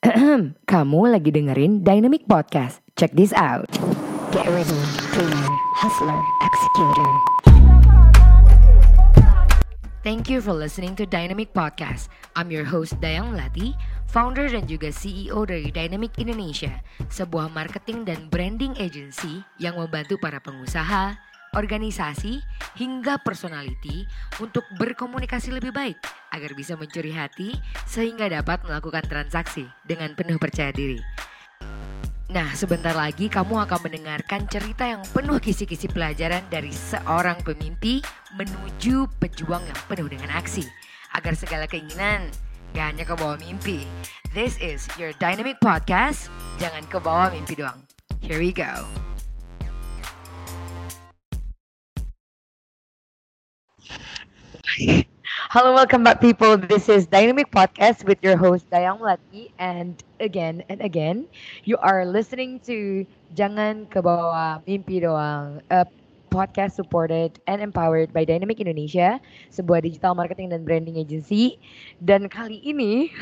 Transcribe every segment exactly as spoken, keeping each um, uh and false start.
Kamu lagi dengerin Dynamic Podcast. Check this out. Get ready, dreamer, hustler, executor. Thank you for listening to Dynamic Podcast. I'm your host Dayang Melati, founder dan juga C E O dari Dynamic Indonesia, sebuah marketing dan branding agency yang membantu para pengusaha, organisasi, hingga personality untuk berkomunikasi lebih baik agar bisa mencuri hati sehingga dapat melakukan transaksi dengan penuh percaya diri. Nah, sebentar lagi kamu akan mendengarkan cerita yang penuh kisi-kisi pelajaran dari seorang pemimpi menuju pejuang yang penuh dengan aksi agar segala keinginan gak hanya ke bawah mimpi. This is your Dynamic Podcast. Jangan ke bawah mimpi doang. Here we go. Hello, welcome back people. This is Dynamic Podcast with your host Dayang Melati, and again and again you are listening to Jangan Kebawa Mimpi Doang, a podcast supported and empowered by Dynamic Indonesia, sebuah digital marketing dan branding agency. Dan kali ini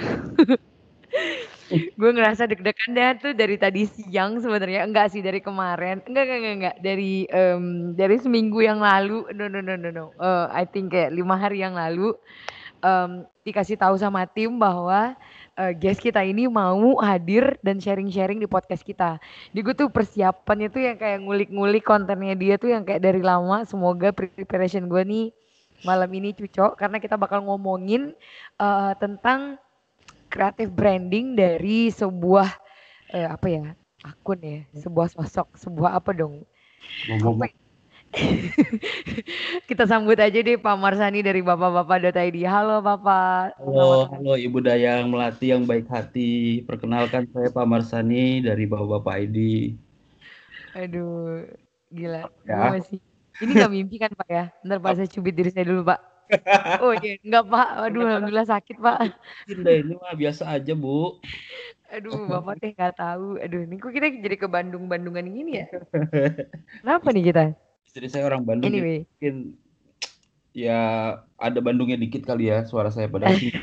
gue ngerasa deg-degan deh tuh dari tadi siang sebenarnya. Enggak sih, dari kemarin. Enggak, enggak, enggak, enggak. Dari um, dari seminggu yang lalu. No, no, no, no, no. Uh, I think kayak lima hari yang lalu um, dikasih tahu sama tim bahwa uh, guest kita ini mau hadir dan sharing-sharing di podcast kita. Jadi gue tuh persiapannya tuh yang kayak ngulik-ngulik kontennya dia tuh yang kayak dari lama. Semoga preparation gue nih malam ini cocok karena kita bakal ngomongin uh, tentang kreatif branding dari sebuah eh, apa ya akun ya, sebuah sosok, sebuah apa dong? Apa ya? Kita sambut aja deh Pak Marsani dari bapak-bapak dot i d. Halo Bapak. Halo, halo Ibu Dayang Melati yang baik hati. Perkenalkan saya Pak Marsani dari Bapak-Bapak I D. Aduh, gila. Ya. Gue masih. Ini gak mimpi kan Pak ya? Ntar Pak saya cubit diri saya dulu Pak. Oh iya, enggak Pak. Aduh, alhamdulillah sakit Pak. Tidak, ini mah biasa aja Bu. Aduh, Bapak teh nggak tahu. Aduh, ini kok kita jadi ke Bandung-Bandungan gini ya? Kenapa nih kita? Istri saya orang Bandung. Anyway. Mungkin ya ada Bandungnya dikit kali ya suara saya pada sini.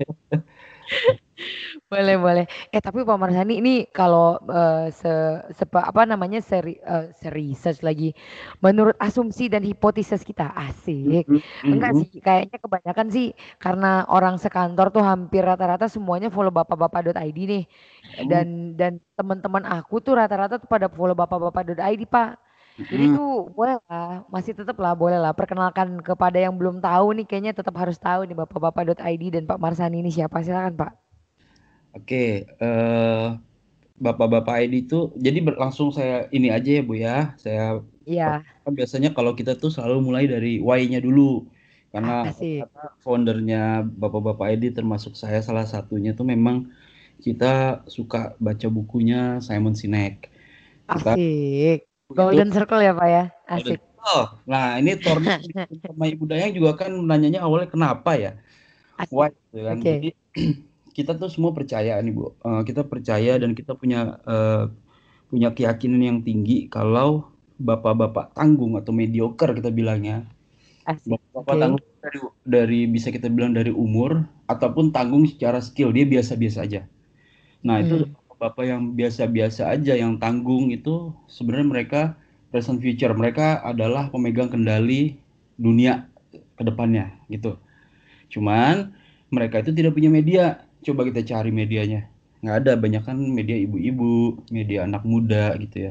Boleh, boleh. Eh tapi Pak Marsani ini kalau uh, se, sepa, apa namanya seri uh, research lagi menurut asumsi dan hipotesis kita asik. Mm-hmm. Enggak sih, kayaknya kebanyakan sih karena orang sekantor tuh hampir rata-rata semuanya follow bapak-bapak dot i d nih. Dan dan teman-teman aku tuh rata-rata tuh pada follow bapak-bapak dot i d, Pak. Jadi tuh boleh lah, masih tetap lah boleh lah perkenalkan kepada yang belum tahu nih, kayaknya tetap harus tahu nih bapak-bapak dot i d dan Pak Marsani ini siapa. Silakan Pak. Oke, uh, Bapak-Bapak I D itu, jadi langsung saya ini aja ya Bu ya. Saya Iya. Biasanya kalau kita tuh selalu mulai dari why-nya dulu. Karena foundernya Bapak-Bapak I D termasuk saya salah satunya tuh memang kita suka baca bukunya Simon Sinek. Kita, Asik. Golden itu, Circle ya Pak ya? Asik. Oh, nah ini Torna sama Ibu Dayang juga kan nanyanya awalnya kenapa ya? Asik. Why gitu kan. Okay. Jadi kita tuh semua percaya nih Bu. Uh, kita percaya dan kita punya uh, punya keyakinan yang tinggi kalau bapak-bapak tanggung atau mediocre kita bilangnya. Asik. Bapak okay. tanggung dari, dari bisa kita bilang dari umur ataupun tanggung secara skill, dia biasa-biasa aja. Nah, hmm. itu bapak yang biasa-biasa aja yang tanggung itu sebenarnya mereka present future, mereka adalah pemegang kendali dunia ke depannya gitu. Cuman mereka itu tidak punya media. Coba kita cari medianya. Nggak ada, banyak kan media ibu-ibu, media anak muda gitu ya.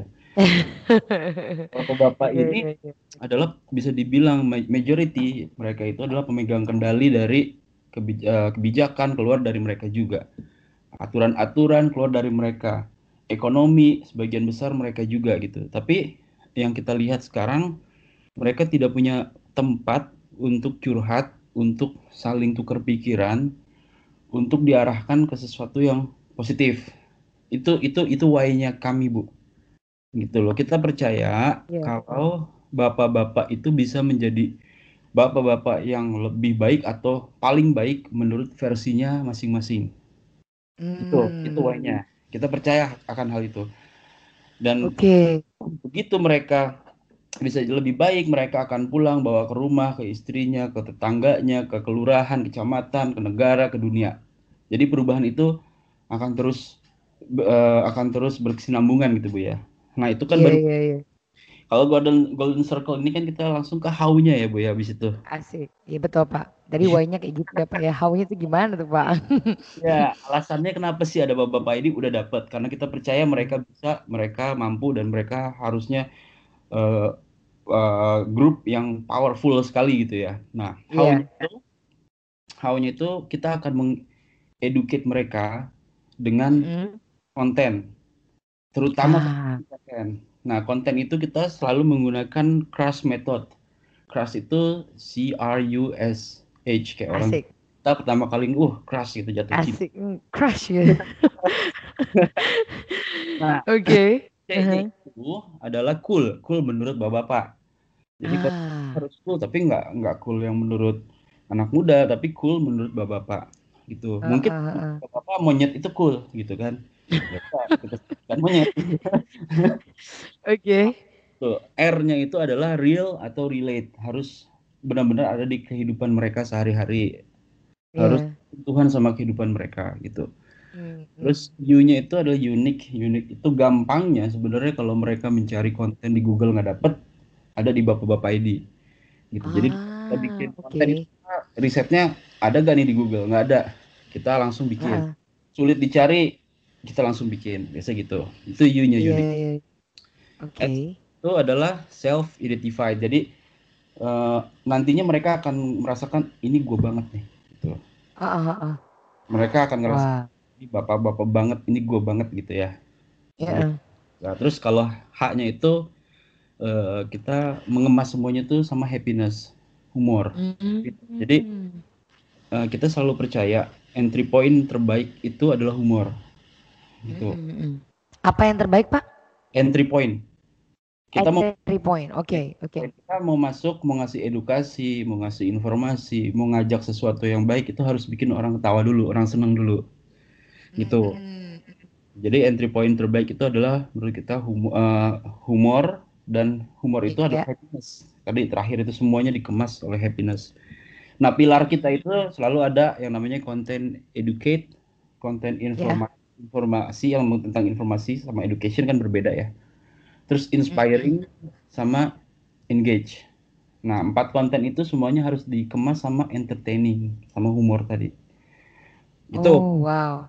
Bapak-bapak ini adalah bisa dibilang majority, mereka itu adalah pemegang kendali dari kebijakan keluar dari mereka juga. Aturan-aturan keluar dari mereka. Ekonomi sebagian besar mereka juga gitu. Tapi yang kita lihat sekarang, mereka tidak punya tempat untuk curhat, untuk saling tukar pikiran, untuk diarahkan ke sesuatu yang positif. Itu itu itu why-nya kami, Bu. Gitu loh. Kita percaya yeah. kalau bapak-bapak itu bisa menjadi bapak-bapak yang lebih baik atau paling baik menurut versinya masing-masing. Mm. Itu itu why-nya. Kita percaya akan hal itu. Dan okay. begitu mereka bisa lebih baik, mereka akan pulang bawa ke rumah, ke istrinya, ke tetangganya, ke kelurahan, kecamatan, ke negara, ke dunia. Jadi perubahan itu akan terus uh, akan terus berkesinambungan gitu Bu ya. Nah itu kan Iya, baru, iya, iya. kalau golden golden circle ini kan kita langsung ke how-nya ya Bu ya habis itu. Asik. Iya betul Pak. Tadi why-nya kayak gitu ya Pak ya. How-nya itu gimana tuh Pak? Ya, alasannya kenapa sih ada bapak-bapak ini udah dapat? Karena kita percaya mereka bisa, mereka mampu dan mereka harusnya uh, uh, grup yang powerful sekali gitu ya. Nah, how-nya Iya. itu, how-nya itu kita akan mengeducate mereka dengan Mm-mm. konten, terutama Ah, konten. Nah, konten itu kita selalu menggunakan crush method. Crush itu C R U S H kayak orang asik. kita pertama kali uh crush gitu jatuh cinta. Asik. Mm, crush ya. Nah, Oke. C-nya Uh-huh. itu adalah cool, cool menurut bapak-bapak. Jadi kalau Ah. harus cool, tapi nggak nggak cool yang menurut anak muda, tapi cool menurut bapak-bapak gitu. Uh, Mungkin uh, uh. bapak monyet itu cool gitu kan? Ya udah, kita sebutkan monyet. Oke. Tuh, R-nya itu adalah real atau relate, harus benar-benar ada di kehidupan mereka sehari-hari, harus Iya. Tuhan sama kehidupan mereka gitu. Mm, Terus mm. U-nya itu adalah unique, unique itu gampangnya sebenarnya kalau mereka mencari konten di Google nggak dapet, ada di bapak-bapak I D gitu. Jadi kita bikin Ah, konten itu oke. risetnya ada gak nih di Google? Nggak ada, kita langsung bikin. Ah, Sulit dicari, kita langsung bikin, biasa gitu. Itu U-nya iya, unique. iya. Oke. S itu adalah self identified. Jadi eh, nantinya mereka akan merasakan ini gue banget nih gitu. Ah, ah, ah. Mereka akan ngerasa Wah. ini bapak-bapak banget, ini gue banget gitu ya. Gitu. Ya. Nah, terus kalau H-nya itu eh, kita mengemas semuanya tuh sama happiness, humor. Jadi Mm. eh, kita selalu percaya entry point terbaik itu adalah humor. Gitu. Mm-mm. Apa yang terbaik Pak? Entry point. Kita mau Entry point. Oke, oke. kita mau masuk, mau ngasih edukasi, mau ngasih informasi, mau ngajak sesuatu yang baik itu harus bikin orang ketawa dulu, orang senang dulu. Gitu. Mm. Jadi entry point terbaik itu adalah menurut kita humor, uh, humor dan humor itu adalah Iya. happiness. Tadi terakhir itu semuanya dikemas oleh happiness. Nah, pilar kita itu selalu ada yang namanya konten educate, konten Ya. informasi, informasi yang tentang informasi sama education kan berbeda ya. Terus Mm-mm. inspiring sama engage. Nah, empat konten itu semuanya harus dikemas sama entertaining, sama humor tadi. Itu. Oh, wow.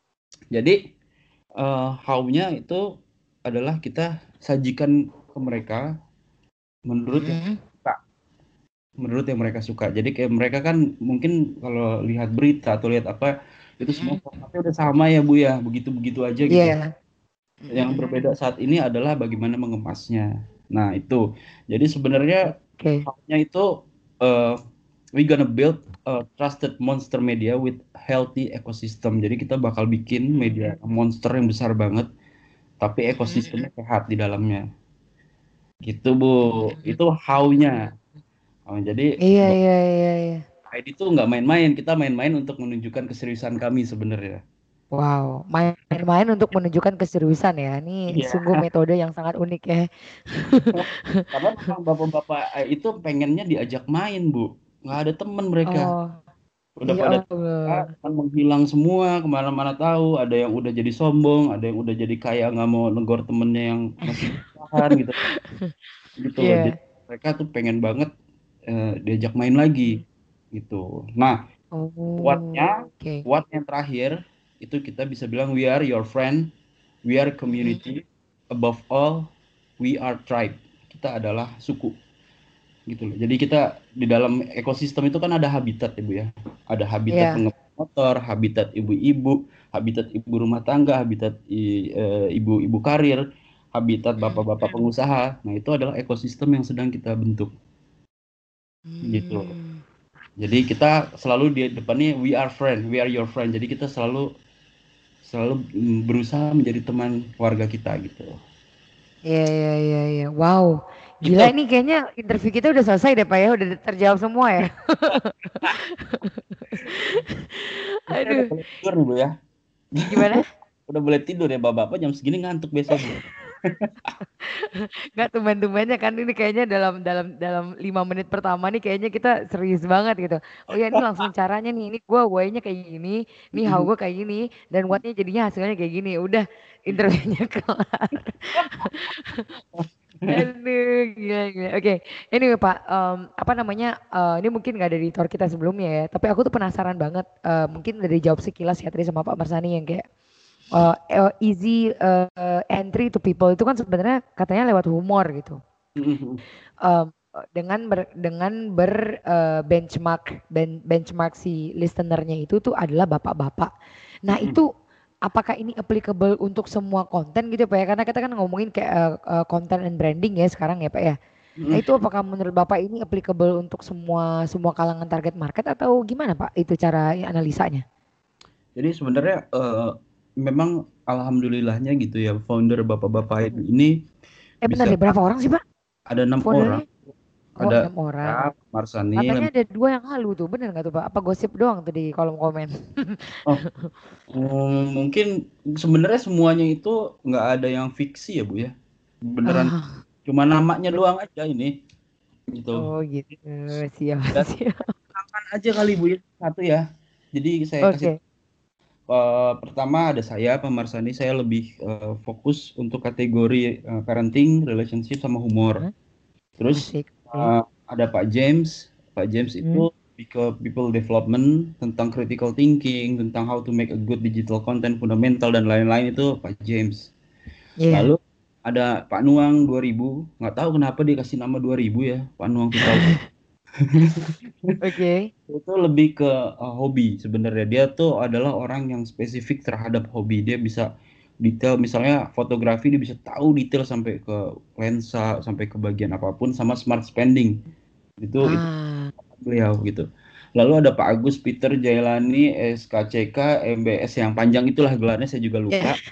Jadi uh, how-nya itu adalah kita sajikan ke mereka menurut yang Mm-mm. suka, menurut yang mereka suka. Jadi kayak mereka kan mungkin kalau lihat berita atau lihat apa itu semua Mm-mm. formatnya udah sama ya Bu ya, begitu-begitu aja gitu. Iya. Yang Mm-mm. berbeda saat ini adalah bagaimana mengemasnya. Nah, itu. Jadi sebenarnya Oke. how-nya itu uh, we gonna build a trusted monster media with healthy ecosystem. Jadi kita bakal bikin media monster yang besar banget, tapi ekosistemnya sehat di dalamnya. Gitu Bu. Itu how-nya. Oh, jadi Iya, iya, iya, iya. I D itu nggak main-main. Kita main-main untuk menunjukkan keseriusan kami sebenarnya. Wow, main-main untuk menunjukkan keseriusan ya. Ini Iya. sungguh metode yang sangat unik ya. Karena memang bapak-bapak itu pengennya diajak main Bu. Nggak ada teman mereka. Oh, Udah ya pada Allah. kan menghilang semua, kemana-mana tahu. Ada yang udah jadi sombong, ada yang udah jadi kaya nggak mau negor temennya yang masih bertahan gitu. Gitu loh. Jadi Iya. mereka tuh pengen banget eh, diajak main lagi gitu. Nah, Oh, what-nya, oke. what yang terakhir itu kita bisa bilang we are your friend, we are community, above all we are tribe. Kita adalah suku gitu loh. Jadi kita di dalam ekosistem itu kan ada habitat ya Bu ya. Ada habitat Iya. pengemudi motor, habitat ibu-ibu, habitat ibu rumah tangga, habitat i- eh, ibu-ibu karir, habitat bapak-bapak pengusaha. Nah, itu adalah ekosistem yang sedang kita bentuk gitu. Hmm. Jadi kita selalu di depannya we are friend, we are your friend. Jadi kita selalu selalu mm, berusaha menjadi teman warga kita gitu. Iya, iya, iya, iya. Wow. Gitu. Gila ini kayaknya interview kita udah selesai deh Pak ya. Udah terjawab semua ya. Kita udah Aduh. boleh tidur nih Bu ya. Gimana? Udah boleh tidur ya bapak-bapak jam segini ngantuk besok Bu. Nggak tumben-tumbennya kan ini kayaknya dalam dalam dalam lima menit pertama nih kayaknya kita serius banget gitu. Oh ya ini langsung caranya nih, ini gue why-nya kayak gini, ini how gue kayak gini, dan what-nya jadinya hasilnya kayak gini. Udah interviewnya kelar. Aduh, gila, gila. Oke, anyway Pak, em, apa namanya? eh, ini mungkin nggak dari tour kita sebelumnya ya, tapi aku tuh penasaran banget. eh, mungkin dari jawab sekilas ya tadi sama Pak Marsani yang kayak eh, eh, easy eh, entry to people itu kan sebenarnya katanya lewat humor gitu. Em, dengan ber, dengan ber eh, benchmark ben- benchmark si listenernya itu tuh adalah bapak-bapak. Nah itu apakah ini applicable untuk semua konten gitu Pak ya? Karena kita kan ngomongin kayak eh, eh, konten and branding ya sekarang ya Pak ya. Nah itu apakah menurut Bapak ini applicable untuk semua semua kalangan target market atau gimana Pak itu cara analisanya? Jadi sebenarnya uh, memang alhamdulillahnya gitu ya, founder bapak-bapak ini Eh bentar bisa deh, berapa orang sih Pak ada enam orang, foundernya? Oh ada enam orang. saya, Marsani, Katanya Lem- ada dua yang halu tuh, bener nggak tuh Pak? Apa gosip doang tuh di kolom komen? oh, um, mungkin sebenarnya semuanya itu nggak ada yang fiksi ya Bu ya, beneran Ah, cuma namanya bet- doang aja ini, gitu. oh gitu, siap Dan siap. kenalkan aja kali Bu ya satu ya. Jadi saya kasih Oke. uh, pertama ada saya, Pak Marsani, saya lebih uh, fokus untuk kategori uh, parenting, relationship sama humor. Hah? Terus Asik. Oke. uh, ada Pak James. Pak James Hmm. itu lebih ke people development, tentang critical thinking, tentang how to make a good digital content, fundamental dan lain-lain itu Pak James. Iya. Lalu ada Pak Nuang dua ribu, nggak tahu kenapa dia kasih nama dua ribu ya, Pak Nuang dua ribu. Oke. Itu lebih ke uh, hobi sebenarnya. Dia tuh adalah orang yang spesifik terhadap hobi. Dia bisa detail, misalnya fotografi dia bisa tahu detail sampai ke lensa, sampai ke bagian apapun, sama smart spending. Itu itu Ah, beliau gitu. Lalu ada Pak Agus Peter Jailani S K C K M B S yang panjang itulah gelarnya, saya juga ya. lupa.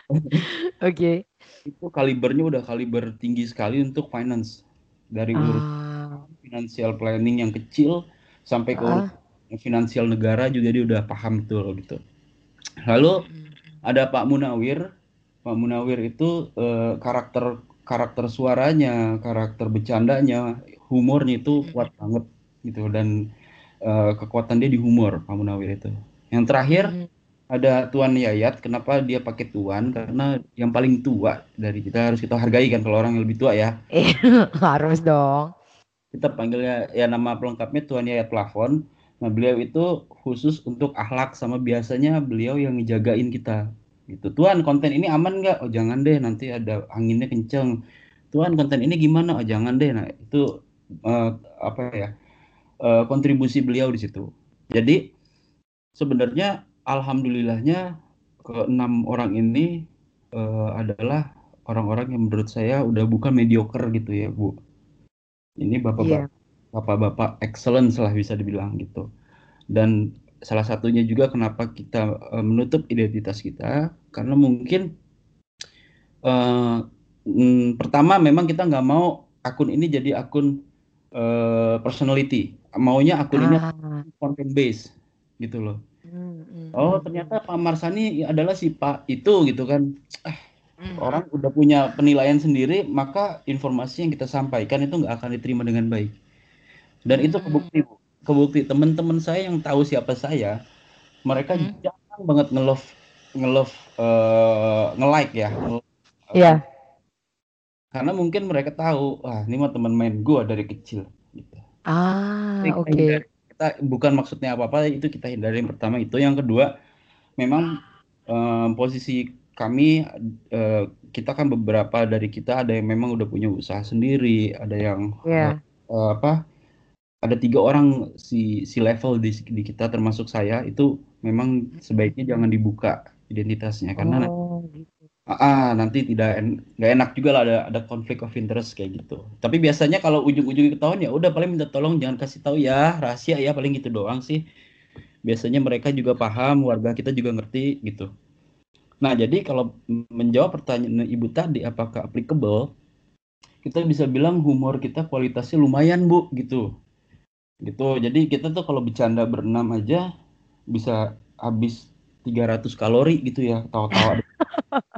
Oke. Itu kalibernya udah kaliber tinggi sekali untuk finance. Dari urus Ah, financial planning yang kecil sampai ke urus ah. finansial negara juga dia udah paham betul gitu. Lalu Mm-mm. ada Pak Munawir. Pak Munawir itu eh, karakter karakter suaranya, karakter bercandanya, humornya itu kuat banget gitu, dan eh, kekuatan dia di humor Pak Munawir itu. Yang terakhir Mm-mm. ada Tuan Yayat. Kenapa dia pakai Tuan? Karena yang paling tua dari kita harus kita hargai kan kalau orang yang lebih tua ya. Eh, harus dong. Kita panggilnya ya nama pelengkapnya Tuan Yayat Plafon. Nah, beliau itu khusus untuk akhlak, sama biasanya beliau yang ngejagain kita. Gitu. Tuan, konten ini aman nggak? Oh, jangan deh, nanti ada anginnya kenceng. Tuan, konten ini gimana? Oh, jangan deh. Nah, itu eh, apa ya? eh, kontribusi beliau di situ. Jadi, sebenarnya alhamdulillahnya keenam orang ini eh, adalah orang-orang yang menurut saya udah bukan mediocre gitu ya, Bu. Ini bapak-bapak Iya. bapak-bapak excellence lah bisa dibilang gitu. Dan salah satunya juga kenapa kita eh, menutup identitas kita, karena mungkin eh, mm, pertama memang kita nggak mau akun ini jadi akun eh, personality, maunya akun ini Ah. content base gitu loh. Mm, mm, Oh mm, ternyata mm. Pak Marsani adalah si Pak itu gitu kan. Ah, Mm. orang udah punya penilaian sendiri, maka informasi yang kita sampaikan itu nggak akan diterima dengan baik. Dan itu Mm, kebukti, Bu. Kebukti teman-teman saya yang tahu siapa saya, mereka mm. jarang banget nge-love nge-love eh, nge-like ya, nge-like akun. Iya. Karena mungkin mereka tahu, wah ini mah teman main gua dari kecil gitu. Jadi Ah, kita hindari. oke. Kita bukan maksudnya apa-apa, itu kita hindari. Yang pertama itu, yang kedua memang eh, posisi kami, eh, kita kan beberapa dari kita ada yang memang udah punya usaha sendiri, ada yang eh, Iya. eh, apa ada tiga orang si si level di, di kita termasuk saya itu memang sebaiknya jangan dibuka identitasnya, karena Oh, gitu. ah, ah, nanti tidak en- nggak enak juga lah, ada ada konflik of interest kayak gitu. Tapi biasanya kalau ujung-ujungnya ketahuan ya udah, paling minta tolong jangan kasih tahu ya, rahasia ya, paling gitu doang sih. Biasanya mereka juga paham, warga kita juga ngerti gitu. Nah, jadi kalau menjawab pertanyaan Ibu tadi apakah applicable, kita bisa bilang humor kita kualitasnya lumayan, Bu, gitu. Gitu. Jadi kita tuh kalau bercanda berenam aja bisa habis tiga ratus kalori gitu ya, tawa-tawa.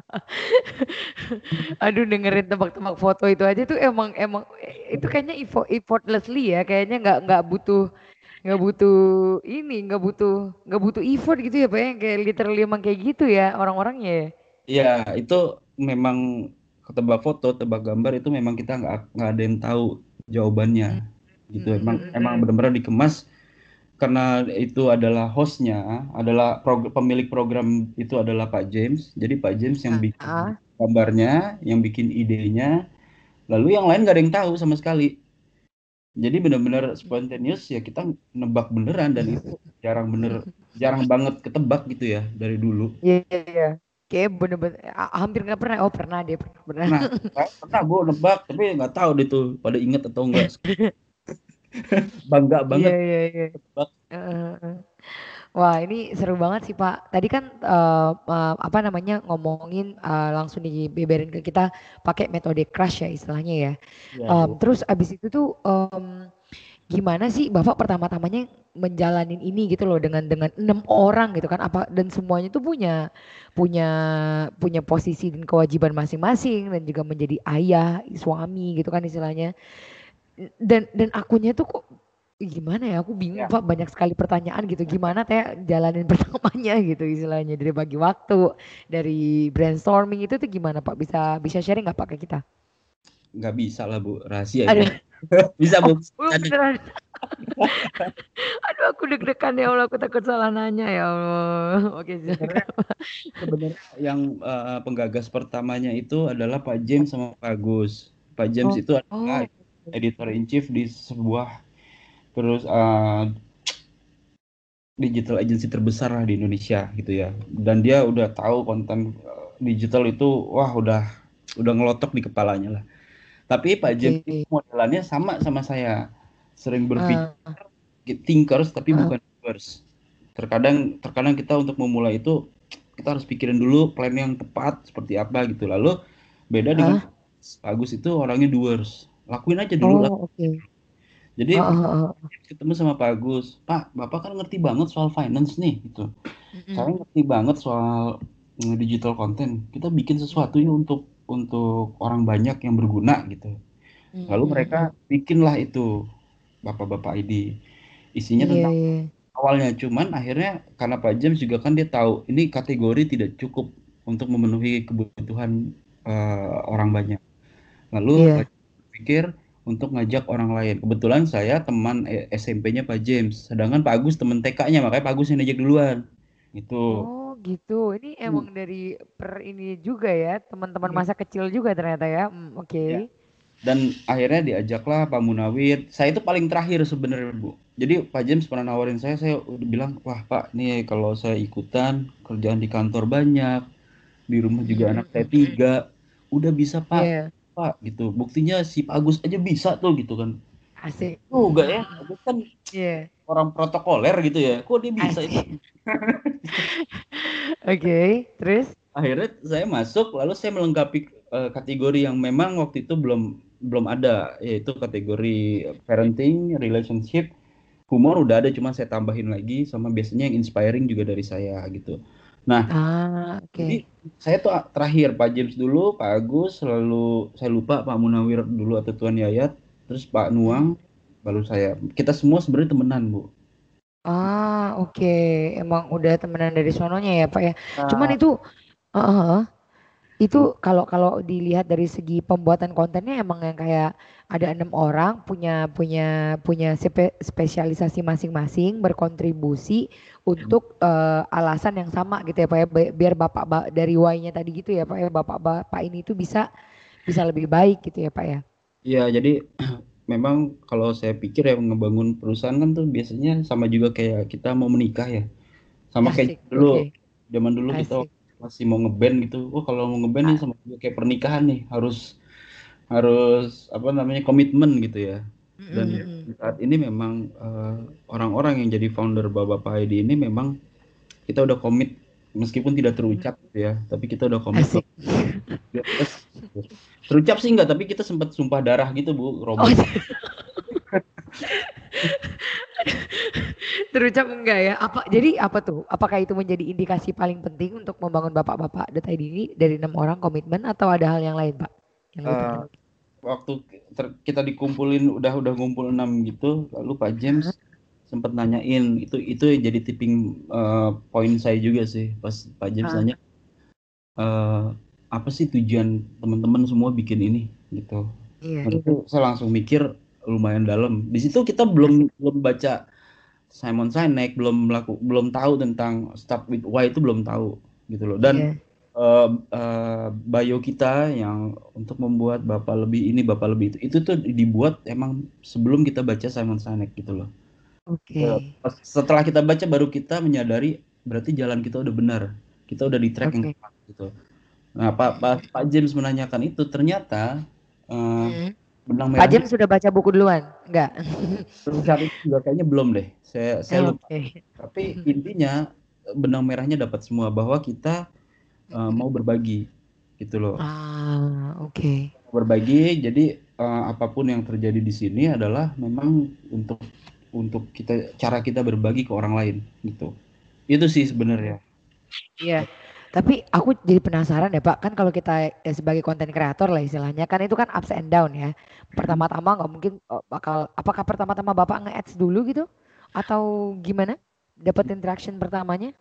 Aduh dengerin tebak-tebak foto itu aja tuh emang emang itu kayaknya effort, effortlessly ya kayaknya nggak nggak butuh nggak butuh ini nggak butuh nggak butuh effort gitu ya Pak ya kayak literally emang kayak gitu ya orang-orangnya ya. Ya, itu memang ketebak foto, tebak gambar itu memang kita nggak nggak ada yang tahu jawabannya Hmm, gitu. hmm, Emang hmm, hmm, emang hmm. benar-benar dikemas karena itu adalah hostnya, adalah prog- pemilik program itu adalah Pak James. Jadi Pak James yang Ah, bikin ah, gambarnya, yang bikin idenya, lalu yang lain nggak ada yang tahu sama sekali. Jadi benar-benar spontaneous ya kita nebak beneran dan itu jarang bener, jarang banget ketebak gitu ya dari dulu. iya iya iya. Kayak bener-bener ah, hampir nggak pernah oh pernah dia pernah pernah. Nah, saya pernah gue nebak tapi nggak tahu deh tuh pada inget atau enggak. Bangga Iya banget iya iya. nebak. Heeh, heeh. Wah, ini seru banget sih, Pak. Tadi kan eh, eh, apa namanya ngomongin eh, langsung dibeberin ke kita pakai metode crush ya istilahnya ya. Ya Em, bu. terus abis itu tuh em, gimana sih Bapak pertama-tamanya menjalanin ini gitu loh dengan dengan enam orang gitu kan apa dan semuanya tuh punya punya punya posisi dan kewajiban masing-masing dan juga menjadi ayah, suami gitu kan istilahnya. Dan dan akunya tuh kok gimana ya aku bingung Ya. Pak banyak sekali pertanyaan gitu gimana teh jalanin pertamanya gitu istilahnya dari bagi waktu dari brainstorming itu tuh gimana Pak bisa bisa sharing nggak Pak ke kita? Nggak bisa lah bu, rahasia itu. Aduh, Bisa oh, bu. oh Ada. beneran. Aduh aku deg-degan ya Allah aku takut salah nanya ya Allah. Oke Sebenarnya silakan. sebenarnya yang eh, penggagas pertamanya itu adalah Pak James sama Pak Agus. Pak James Oh, itu adalah oh, editor in chief di sebuah terus eh, digital agency terbesar lah di Indonesia gitu ya. Dan dia udah tahu konten eh, digital itu wah udah udah ngelotok di kepalanya lah. Tapi Pak James oke. itu modelannya sama sama saya. Sering berpikir Ah, thinkers tapi ah, bukan doers. Terkadang terkadang kita untuk memulai itu kita harus pikirin dulu plan yang tepat seperti apa gitu. Lalu beda dengan ah. Pak Agus itu orangnya doers. Lakuin aja dulu. Oh, oke. Jadi Ah, ah, ah. ketemu sama Pak Agus, Pak, Bapak kan ngerti banget soal finance nih, gitu. Saya Mm-mm. ngerti banget soal mm, digital content. Kita bikin sesuatu Mm-mm. yuk untuk untuk orang banyak yang berguna gitu. Lalu mereka Mm-mm. bikinlah itu Bapak-bapak I D. Isinya Iya, tentang iya. awalnya, cuman akhirnya karena Pak James juga kan dia tahu ini kategori tidak cukup untuk memenuhi kebutuhan eh, orang banyak. Lalu Pak Iya. James pikir untuk ngajak orang lain. Kebetulan saya teman eh, S M P-nya Pak James, sedangkan Pak Agus teman T K-nya, makanya Pak Agus yang ngajak duluan. Itu. Oh gitu. Ini emang dari per ini juga ya, teman-teman masa kecil juga ternyata ya. Hmm, Ya. oke. Dan akhirnya diajaklah Pak Munawir. Saya itu paling terakhir sebenarnya, Bu. Jadi Pak James pernah nawarin saya, saya udah bilang, wah Pak, nih kalau saya ikutan kerjaan di kantor banyak, di rumah juga anak saya Mm-mm. tiga, udah bisa Pak, Iya, Pak gitu. Buktinya si Pak Agus aja bisa tuh gitu kan. asik. Juga ya, Mm-mm. Agus kan Iya, orang protokoler gitu ya. Kok dia bisa itu? asik. Oke, terus? Akhirnya saya masuk, lalu saya melengkapi eh, kategori yang memang waktu itu belum belum ada, yaitu kategori parenting, relationship, humor udah ada, cuma saya tambahin lagi sama biasanya yang inspiring juga dari saya gitu. Nah, Ah, jadi oke. saya tuh terakhir Pak James dulu, Pak Agus, lalu saya lupa Pak Munawir dulu atau Tuan Yayat, terus Pak Hmm. Nuang, baru saya. Kita semua sebenarnya temenan, Bu. Ah, oke. Emang udah temenan dari sononya ya, Pak ya. Cuman Nah, itu, heeh, itu kalau kalau dilihat dari segi pembuatan kontennya emang yang kayak ada enam orang punya punya punya spe- spesialisasi masing-masing berkontribusi untuk eh, alasan yang sama gitu ya Pak ya Bi- biar Bapak ba- dari Y-nya tadi gitu ya Pak ya Bapak-bapak ini tuh bisa bisa lebih baik gitu ya Pak ya. iya, jadi memang kalau saya pikir ya ngebangun perusahaan kan tuh biasanya sama juga kayak kita mau menikah ya. Sama kayak Asik, dulu, oke. zaman dulu kita Asik. masih mau ngeband gitu. Oh, kalau mau ngeband nih Ah, sama juga kayak pernikahan nih, harus harus apa namanya komitmen gitu ya. mm, Dan mm, mm, saat ini memang eh, orang-orang yang jadi founder Bapak I D ini memang kita udah komit meskipun tidak mm. terucap gitu ya, tapi kita udah komit Asik. bahwa kita terucap sih enggak, tapi kita sempat sumpah darah gitu Bu, Oh, Robert. Terucap enggak ya? Apa jadi apa tuh? Apakah itu menjadi indikasi paling penting untuk membangun bapak-bapak Detai Dini dari enam orang komitmen atau ada hal yang lain, Pak? Yang lebih Eh, penting? waktu ter- kita dikumpulin udah udah ngumpul enam gitu, lalu Pak Hah? James sempat nanyain itu itu jadi tipping eh, poin saya juga sih pas Pak James Hah? nanya eh, apa sih tujuan teman-teman semua bikin ini gitu. Iya. Nah, itu saya langsung mikir lumayan dalam. Di situ kita belum belum baca Simon Sinek, belum melaku, belum tahu tentang Start with Why itu belum tahu gitu loh. Dan Iya. eh, eh, bio kita yang untuk membuat Bapak lebih ini, Bapak lebih itu, itu tuh dibuat emang sebelum kita baca Simon Sinek gitu loh. Oke. Eh, pas- setelah kita baca baru kita menyadari berarti jalan kita udah benar. Kita udah di track yang Oke. tepat gitu. Nah, Pak, Pak, Pak James menanyakan itu ternyata eh, Hmm. benang Pak merahnya James sudah baca buku duluan? Enggak. saat itu juga kayaknya belum deh. Saya saya lupa. Oke. Tapi intinya benang merahnya dapat semua bahwa kita eh, mau berbagi gitu loh. Ah, oke. Berbagi, jadi eh, apapun yang terjadi di sini adalah memang untuk untuk kita cara kita berbagi ke orang lain gitu. Itu sih sebenarnya. Iya. Tapi aku jadi penasaran ya Pak, kan kalau kita ya, sebagai konten kreator lah istilahnya, kan itu kan ups and down ya. Pertama-tama nggak mungkin oh, bakal, apakah pertama-tama Bapak nge-ads dulu gitu? Atau gimana? Dapat interaction pertamanya?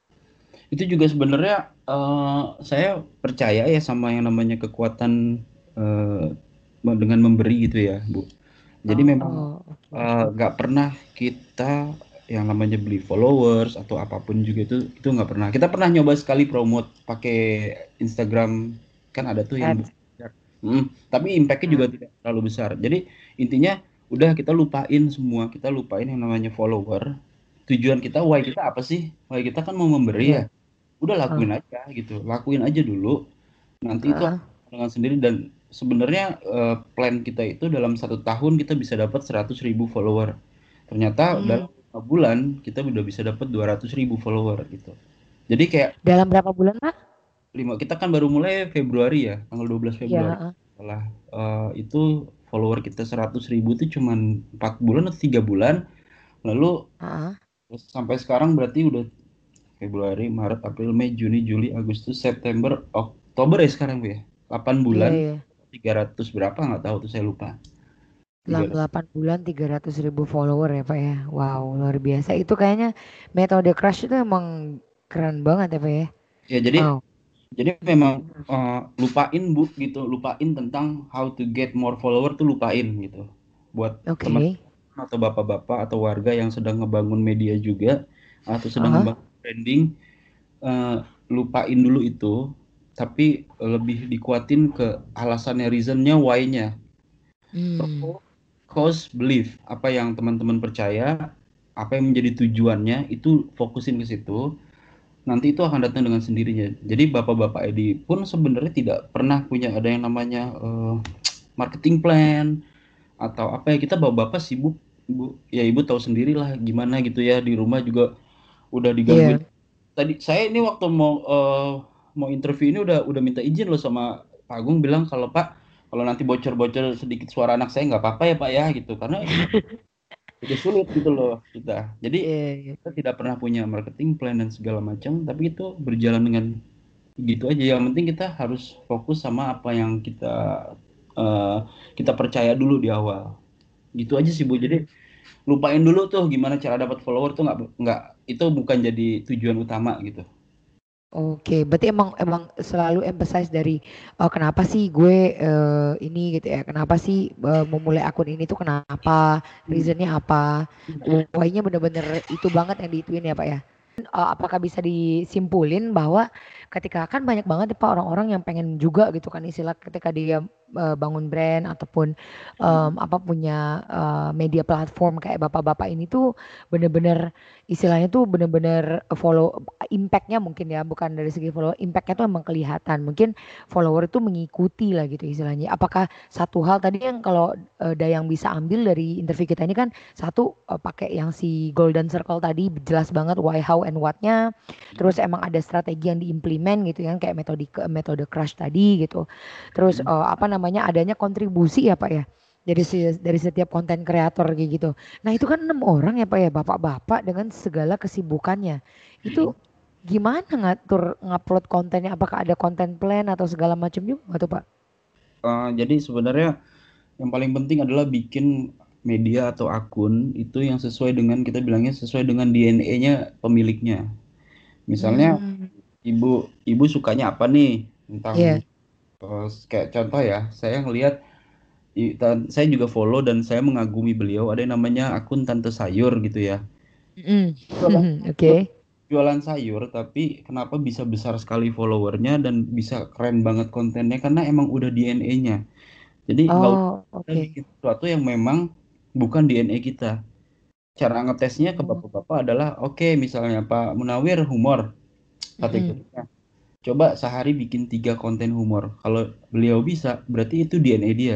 Itu juga sebenarnya eh, saya percaya ya sama yang namanya kekuatan eh, dengan memberi gitu ya, Bu. Jadi memang Oh, oke. eh, nggak pernah kita yang namanya beli followers atau apapun juga itu itu nggak pernah. Kita pernah nyoba sekali promote pakai Instagram, kan ada tuh yang Ads. Mm, tapi impactnya juga tidak terlalu besar. Jadi intinya udah kita lupain semua, kita lupain yang namanya follower. Tujuan kita, why kita apa sih? Why kita kan mau memberi ya. Iya. Udah Ah, lakuin aja gitu, lakuin aja dulu. Nanti itu ah, dengan sendiri dan sebenarnya eh, plan kita itu dalam satu tahun kita bisa dapat seratus ribu follower. Ternyata hmm. dalam lima bulan kita udah bisa dapat dua ratus ribu follower gitu. Jadi kayak Dalam berapa bulan Pak? lima kita kan baru mulai Februari ya, tanggal dua belas Iya. Februari. Ah. Setelah eh, itu follower kita seratus ribu itu cuman empat bulan atau tiga bulan. Lalu Ah. sampai sekarang berarti udah Februari, Maret, April, Mei, Juni, Juli, Agustus, September, Oktober ya sekarang Bu ya. delapan Iya, bulan, iya. tiga ratus berapa nggak tahu tuh saya lupa. Dalam tiga ratus. delapan bulan tiga ratus ribu follower ya Pak ya. Wow, luar biasa. Itu kayaknya metode crush itu emang keren banget ya Pak ya. Ya jadi Wow. jadi memang eh, lupain Bu gitu, lupain tentang how to get more follower tuh lupain gitu. Buat Oke. teman atau bapak-bapak atau warga yang sedang ngebangun media juga atau sedang Ah. ngebangun branding, eh, lupain dulu itu, tapi lebih dikuatin ke alasannya, reasonnya, why-nya. Hmm. Cause, belief, apa yang teman-teman percaya, apa yang menjadi tujuannya, itu fokusin ke situ. Nanti itu akan datang dengan sendirinya. Jadi bapak-bapak Edi pun sebenarnya tidak pernah punya ada yang namanya eh, marketing plan atau apa ya, kita bapak-bapak sibuk, Bu. Ya ibu tahu sendirilah gimana gitu ya, di rumah juga udah digangguin. Iya. Tadi saya ini waktu mau eh, mau interview ini udah udah minta izin loh sama Pak Agung, bilang kalau Pak, kalau nanti bocor-bocor sedikit suara anak saya nggak apa-apa ya Pak ya gitu, karena udah sulit gitu loh kita. Jadi Iya, iya. kita tidak pernah punya marketing plan dan segala macam, tapi itu berjalan dengan gitu aja. Yang penting kita harus fokus sama apa yang kita eh, kita percaya dulu di awal. Gitu aja sih Bu. Jadi lupain dulu tuh gimana cara dapat follower tuh, nggak nggak itu bukan jadi tujuan utama gitu. Oke, berarti emang emang selalu emphasize dari oh, kenapa sih gue eh, ini gitu ya? Kenapa sih eh, memulai akun ini tuh kenapa? Reasonnya apa? Why-nya bener-bener itu banget yang diituin ya Pak ya? Eh, apakah bisa disimpulin bahwa ketika kan banyak banget ya Pak orang-orang yang pengen juga gitu kan istilah ketika dia eh, bangun brand ataupun em, apa punya eh, media platform kayak bapak-bapak ini tuh bener-bener istilahnya tuh bener-bener follow impactnya mungkin ya bukan dari segi follower impactnya tuh emang kelihatan mungkin follower itu mengikuti lah gitu istilahnya apakah satu hal tadi yang kalau eh, Dayang bisa ambil dari interview kita ini kan satu eh, pakai yang si golden circle tadi jelas banget why how and what-nya terus emang ada strategi yang diimplement gitu kan kayak metode metode crush tadi gitu terus eh, apa namanya adanya kontribusi ya Pak ya Dari si, dari setiap konten kreator kayak gitu. Nah itu kan enam orang ya Pak ya, bapak-bapak dengan segala kesibukannya. Itu gimana ngatur ngupload kontennya? Apakah ada konten plan atau segala macam juga nggak tuh Pak? Uh, jadi sebenarnya yang paling penting adalah bikin media atau akun itu yang sesuai dengan kita bilangnya sesuai dengan D N A-nya pemiliknya. Misalnya Hmm, ibu ibu sukanya apa nih tentang iya. uh, kayak contoh ya, saya ngelihat i- tan- saya juga follow dan saya mengagumi beliau. Ada yang namanya akun Tante Sayur gitu ya. Mm. Jualan sayur, Oke. jualan sayur, tapi kenapa bisa besar sekali followernya dan bisa keren banget kontennya karena emang udah D N A-nya. Jadi nggak usah Oh, kita oke. bikin sesuatu yang memang bukan D N A kita. Cara ngetesnya ke Oh. bapak-bapak adalah, oke misalnya Pak Munawir humor Mm-mm. kategorinya. Coba sehari bikin tiga konten humor. Kalau beliau bisa, berarti itu D N A dia.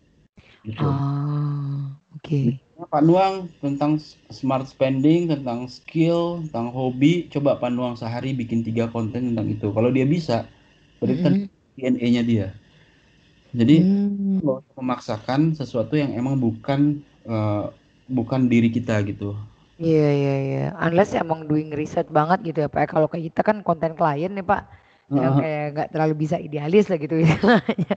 Gitu. Oh, oke. Misalnya Pak Nuang tentang smart spending, tentang skill, tentang hobi, coba Pak Nuang sehari bikin tiga konten tentang itu. Kalau dia bisa, berarti kan Mm-mm. D N A-nya dia. Jadi Hmm. nggak usah memaksakan sesuatu yang emang bukan eh, bukan diri kita gitu. Iya, iya, iya. Unless emang doing research banget gitu ya Pak. Ya. Kalau kayak kita kan konten klien nih Pak. Yang Heeh. kayak nggak terlalu bisa idealis lah gitu istilahnya.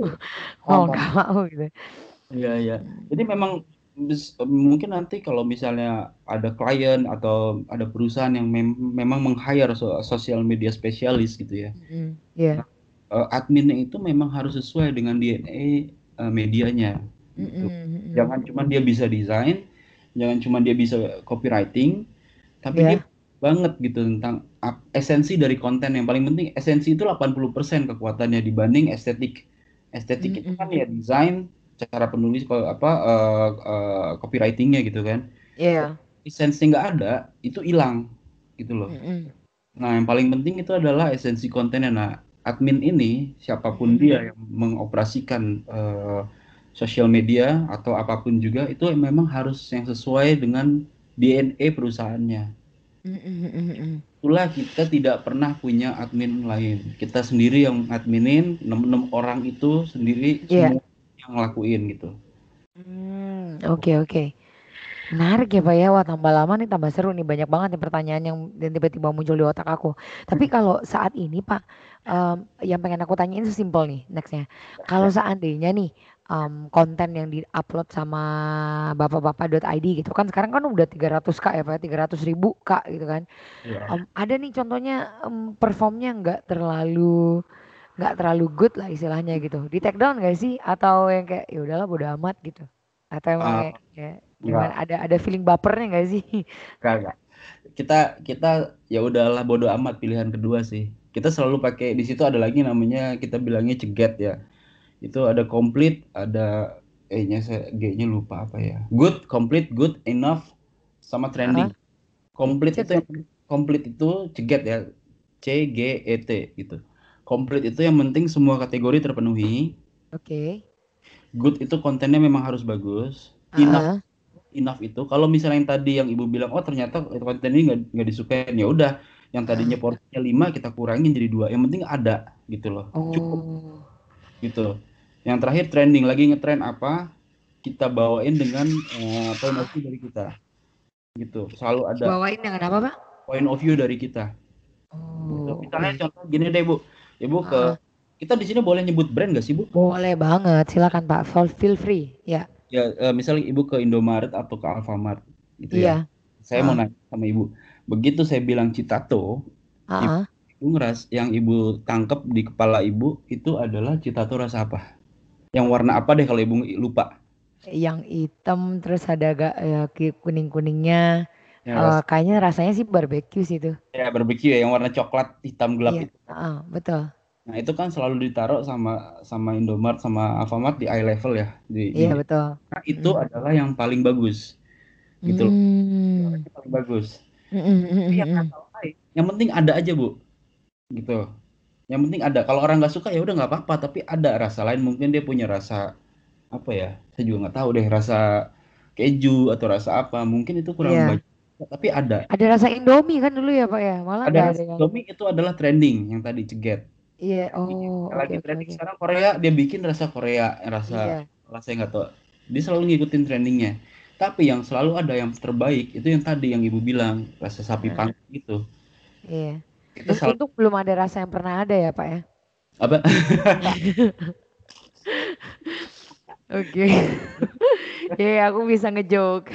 Mau Paham, paham. nggak mau gitu. Iya, iya. Hmm. Jadi memang bis- mungkin nanti kalau misalnya ada klien atau ada perusahaan yang mem- memang meng-hire so- social media spesialis gitu ya. Mm-mm. Iya. Nah, eh, adminnya itu memang harus sesuai dengan D N A eh, medianya gitu. Mm-mm, mm-mm. Jangan cuma dia bisa desain, jangan cuma dia bisa copywriting, tapi dia Iya. banget gitu tentang ap- esensi dari konten. Yang paling penting esensi itu delapan puluh persen kekuatannya dibanding estetik. Estetik itu kan ya Mm-mm. desain, cara penulis ko- apa eh, eh, copywritingnya gitu kan. Iya. Esensi nggak ada, itu hilang gitu loh. Mm-mm. Nah, yang paling penting itu adalah esensi kontennya. Nah, admin ini siapapun Mm-mm. dia yang mengoperasikan eh, sosial media atau apapun juga itu memang harus yang sesuai dengan D N A perusahaannya. Mm-mm, mm-mm. Itulah kita tidak pernah punya admin lain. Kita sendiri yang adminin, enam, enam orang itu sendiri Iya. semua yang ngelakuin gitu. Hmm, oke, oke. Menarik ya Pak ya, wah tambah lama nih tambah seru nih, banyak banget nih pertanyaan yang dan tiba-tiba muncul di otak aku. Tapi kalau saat ini Pak, em, yang pengen aku tanyain sesimpel nih nextnya. Kalau Ya, seandainya nih em, konten yang di-upload sama bapak-bapak .id gitu kan sekarang kan udah tiga ratus k ya Pak, tiga ratus ribu k gitu kan. ya. Em, ada nih contohnya em, performnya nggak terlalu nggak terlalu good lah istilahnya gitu. Di take down gak sih? Atau yang kayak ya udahlah bodo amat gitu. Atau emang Ah, kayak, kayak gimana? enggak, Ada ada feeling bapernya gak sih? enggak, enggak. Kita kita ya udahlah bodo amat pilihan kedua sih. Kita selalu pakai di situ ada lagi namanya kita bilangnya ceget ya. Itu ada complete, ada E-nya saya G-nya lupa apa ya. Good, complete, good, enough sama Heeh. trending. Complete itu Cek. yang complete itu ceget ya. C G E T gitu. Complete itu yang penting semua kategori terpenuhi. Oke. Good itu kontennya memang harus bagus. Enough Heeh. enough itu kalau misalnya yang tadi yang ibu bilang oh ternyata konten ini nggak nggak disukain ya udah yang tadinya Heeh. porsinya lima kita kurangin jadi dua yang penting ada gitu loh cukup Oh. gitu. Yang terakhir trending lagi ngetrend apa kita bawain dengan eh, point of view dari kita gitu selalu ada Dibawain dengan apa Pak? point of view dari kita gitu. Oh, Misalnya oke. contoh gini deh Bu, ibu ke Heeh. kita di sini boleh nyebut brand nggak sih Bu? Boleh banget, silakan Pak. Feel feel free. Ya. Ya eh, misalnya ibu ke Indomaret atau ke Alfamart gitu ya, Iya. saya mau Heeh. nanya sama ibu begitu saya bilang Citato ibu, Heeh. ibu ngeras yang ibu tangkep di kepala ibu itu adalah Citato rasa apa yang warna apa deh kalau ibu lupa Yang hitam terus ada agak ya, kuning-kuningnya. ya Eh, rasa kayaknya rasanya sih barbeque sih itu. ya barbecue ya yang warna coklat hitam gelap Iya. itu. Heeh, betul. Nah itu kan selalu ditaruh sama sama Indomaret sama Alfamart di eye level ya di, di Iya betul. nah, itu Mm-mm. adalah yang paling bagus gitu loh. Hmm. Itu paling bagus. Mm-mm, Tapi mm-mm, yang mm-mm. rasa lain, yang penting ada aja Bu gitu. Yang penting ada. Kalau orang nggak suka ya udah nggak apa-apa. Tapi ada rasa lain. Mungkin dia punya rasa apa ya? Saya juga nggak tahu deh. Rasa keju atau rasa apa. Mungkin itu kurang Iya. banyak. Tapi ada. Ada rasa Indomie kan dulu ya Pak ya. Malah Ada nggak rasa ada yang. Indomie itu adalah trending yang tadi ceget. Iya. Yang Oh, oke lagi oke trending oke. sekarang Korea dia bikin rasa Korea, rasa Iya. rasa yang nggak tahu. Dia selalu ngikutin trendingnya. Tapi yang selalu ada yang terbaik itu yang tadi yang ibu bilang rasa sapi Nah, panggang gitu. iya. Kita Dan selalu untung belum ada rasa yang pernah ada ya Pak ya. apa? Oke. Iya, aku bisa ngejoke.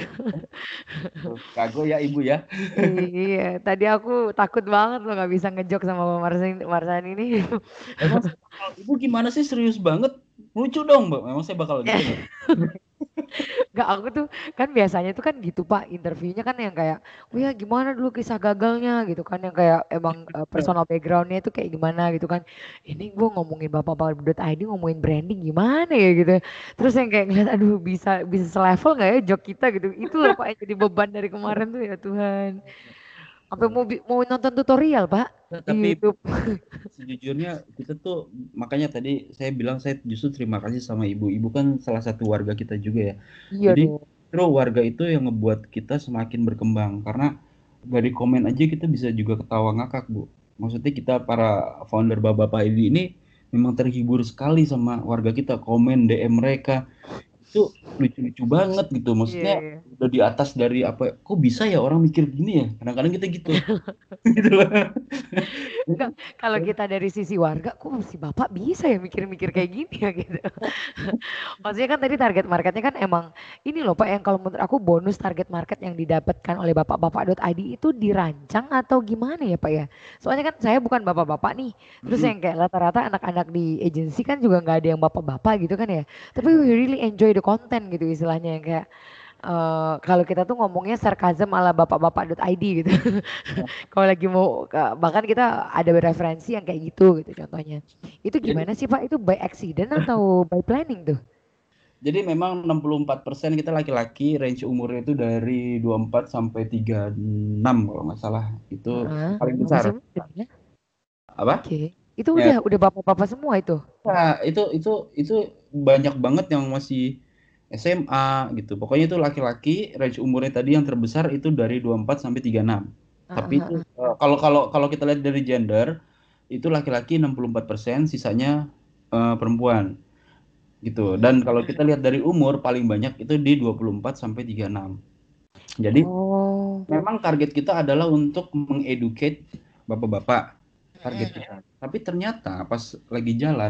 Kago ya ibu ya. Iya, tadi aku takut banget loh nggak bisa ngejoke sama Mbak Marsan, Marsan ini. Emang saya bakal, ibu gimana sih serius banget? Lucu dong, Mbak. Memang saya bakal gitu nggak? Gak, aku tuh kan biasanya tuh kan gitu Pak, interviewnya kan yang kayak, oh ya gimana dulu kisah gagalnya gitu kan, yang kayak emang uh, personal backgroundnya itu kayak gimana gitu kan. Ini gue ngomongin bapak-bapak I D ngomongin branding gimana ya gitu. Terus yang kayak ngeliat, aduh bisa bisa selevel nggak ya joke kita gitu. Itu loh Pak yang jadi beban dari kemarin tuh ya Tuhan. Sampai mau bi- mau nonton tutorial Pak Nah, di tapi YouTube. sejujurnya kita tuh makanya tadi saya bilang saya justru terima kasih sama ibu. Ibu kan salah satu warga kita juga ya. Iya Jadi dong. terus warga itu yang ngebuat kita semakin berkembang karena dari komen aja kita bisa juga ketawa ngakak, Bu. Maksudnya kita para founder Bapak-Bapak ini ini memang terhibur sekali sama warga kita, komen D M mereka. Itu lucu-lucu banget gitu. Iya, Maksudnya iya. udah di atas dari apa? Kok bisa ya orang mikir gini ya? Kadang-kadang kita gitu. Gitu loh. Enggak, kalau kita dari sisi warga, kok si bapak bisa ya mikir-mikir kayak gini ya gitu. Maksudnya kan tadi target marketnya kan emang ini loh Pak, yang kalau menurut aku bonus target market yang didapatkan oleh bapak-bapak.id itu dirancang atau gimana ya Pak ya? Soalnya kan saya bukan bapak-bapak nih, terus Mm-mm. yang kayak rata-rata anak-anak di agensi kan juga nggak ada yang bapak-bapak gitu kan ya. Tapi we really enjoy the content gitu istilahnya, yang kayak eh, kalau kita tuh ngomongnya sarkasm ala bapak-bapak.id gitu. Kalau lagi mau ke- bahkan kita ada referensi yang kayak gitu gitu contohnya. Itu Jadi gimana sih Pak? Itu by accident atau by planning tuh? Jadi memang enam puluh empat persen kita laki-laki, range umurnya itu dari dua puluh empat sampai tiga puluh enam kalau nggak salah. Itu Heeh, paling besar. masih muda ya. Apa? Oke. Itu Ya, udah udah bapak-bapak semua itu. nah, itu itu itu banyak banget yang masih S M A gitu. Pokoknya itu laki-laki, range umurnya tadi yang terbesar itu dari dua puluh empat sampai tiga puluh enam. Heeh, Tapi itu heeh. eh, kalau kalau kalau kita lihat dari gender, itu laki-laki enam puluh empat persen, sisanya eh, perempuan gitu. Dan kalau kita lihat dari umur paling banyak itu di dua puluh empat sampai tiga puluh enam. Jadi Oh. memang target kita adalah untuk mengeducate bapak-bapak target kita. Tapi ternyata pas lagi jalan